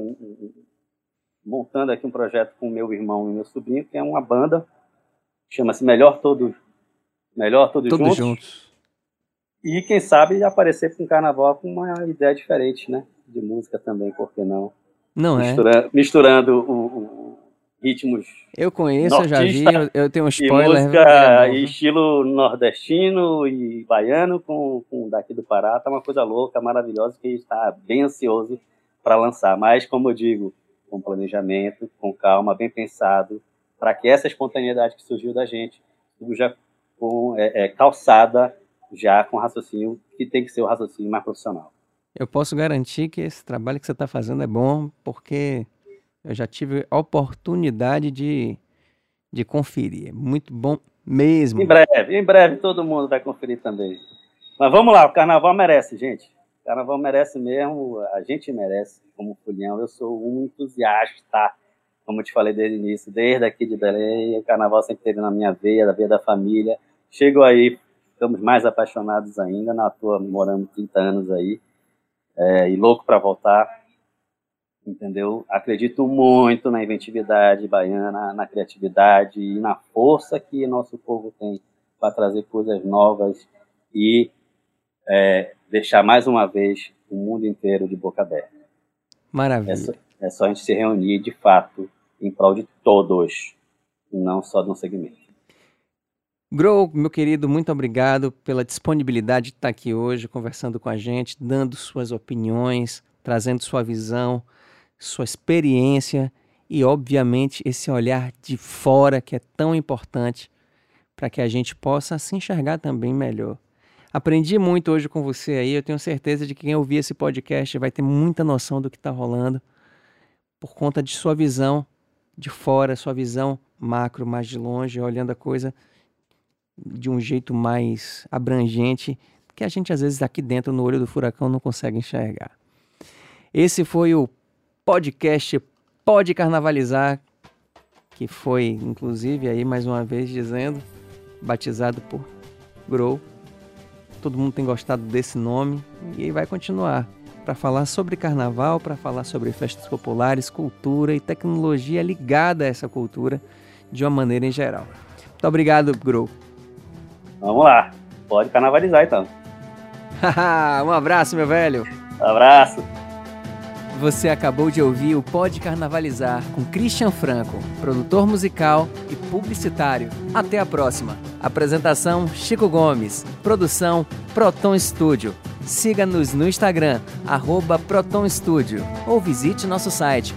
montando aqui um projeto com meu irmão e meu sobrinho, que é uma banda, chama-se Melhor Todos Melhor todos juntos. juntos. E quem sabe aparecer com o carnaval com uma ideia diferente, né? De música também, por que não? Não Misturando ritmos. Eu conheço, eu já vi, eu tenho um spoiler. E música estilo nordestino e baiano com daqui do Pará. Tá uma coisa louca, maravilhosa, que está bem ansioso para lançar. Mas, como eu digo, com planejamento, com calma, bem pensado, para que essa espontaneidade que surgiu da gente, tudo já calçada, já com raciocínio, que tem que ser o raciocínio mais profissional. Eu posso garantir que esse trabalho que você está fazendo é bom, porque eu já tive a oportunidade de conferir. É muito bom mesmo. Em breve todo mundo vai conferir também. Mas vamos lá, o carnaval merece, gente. O carnaval merece mesmo, a gente merece, como Fulião. Eu sou um entusiasta, como eu te falei desde o início, desde aqui de Belém. O carnaval sempre esteve na minha veia, da veia da família. Chego aí, ficamos mais apaixonados ainda. Na toa, moramos 30 anos aí. E louco para voltar. Entendeu? Acredito muito na inventividade baiana, na criatividade e na força que nosso povo tem para trazer coisas novas e deixar mais uma vez o mundo inteiro de boca aberta. Maravilha. É só a gente se reunir de fato em prol de todos, e não só de um segmento. Grow, meu querido, muito obrigado pela disponibilidade de estar aqui hoje conversando com a gente, dando suas opiniões, trazendo sua visão, sua experiência e, obviamente, esse olhar de fora que é tão importante para que a gente possa se enxergar também melhor. Aprendi muito hoje com você aí, eu tenho certeza de que quem ouvir esse podcast vai ter muita noção do que está rolando por conta de sua visão de fora, sua visão macro, mais de longe, olhando a coisa de um jeito mais abrangente, que a gente às vezes aqui dentro, no olho do furacão, não consegue enxergar. Esse foi o podcast Pode Carnavalizar, que foi, inclusive, aí mais uma vez dizendo, batizado por Grow. Todo mundo tem gostado desse nome e vai continuar para falar sobre carnaval, para falar sobre festas populares, cultura e tecnologia ligada a essa cultura de uma maneira em geral. Muito obrigado, Grow. Vamos lá, pode carnavalizar então. Um abraço, meu velho. Abraço. Você acabou de ouvir o Pode Carnavalizar com Christian Franco, produtor musical e publicitário. Até a próxima. Apresentação Chico Gomes. Produção Proton Studio. Siga-nos no Instagram, @ProtonStudio, ou visite nosso site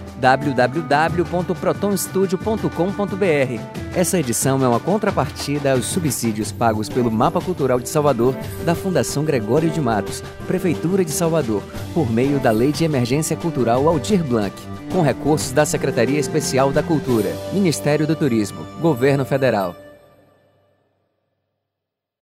www.protonstudio.com.br. Essa edição é uma contrapartida aos subsídios pagos pelo Mapa Cultural de Salvador da Fundação Gregório de Matos, Prefeitura de Salvador, por meio da Lei de Emergência Cultural Aldir Blanc, com recursos da Secretaria Especial da Cultura, Ministério do Turismo, Governo Federal.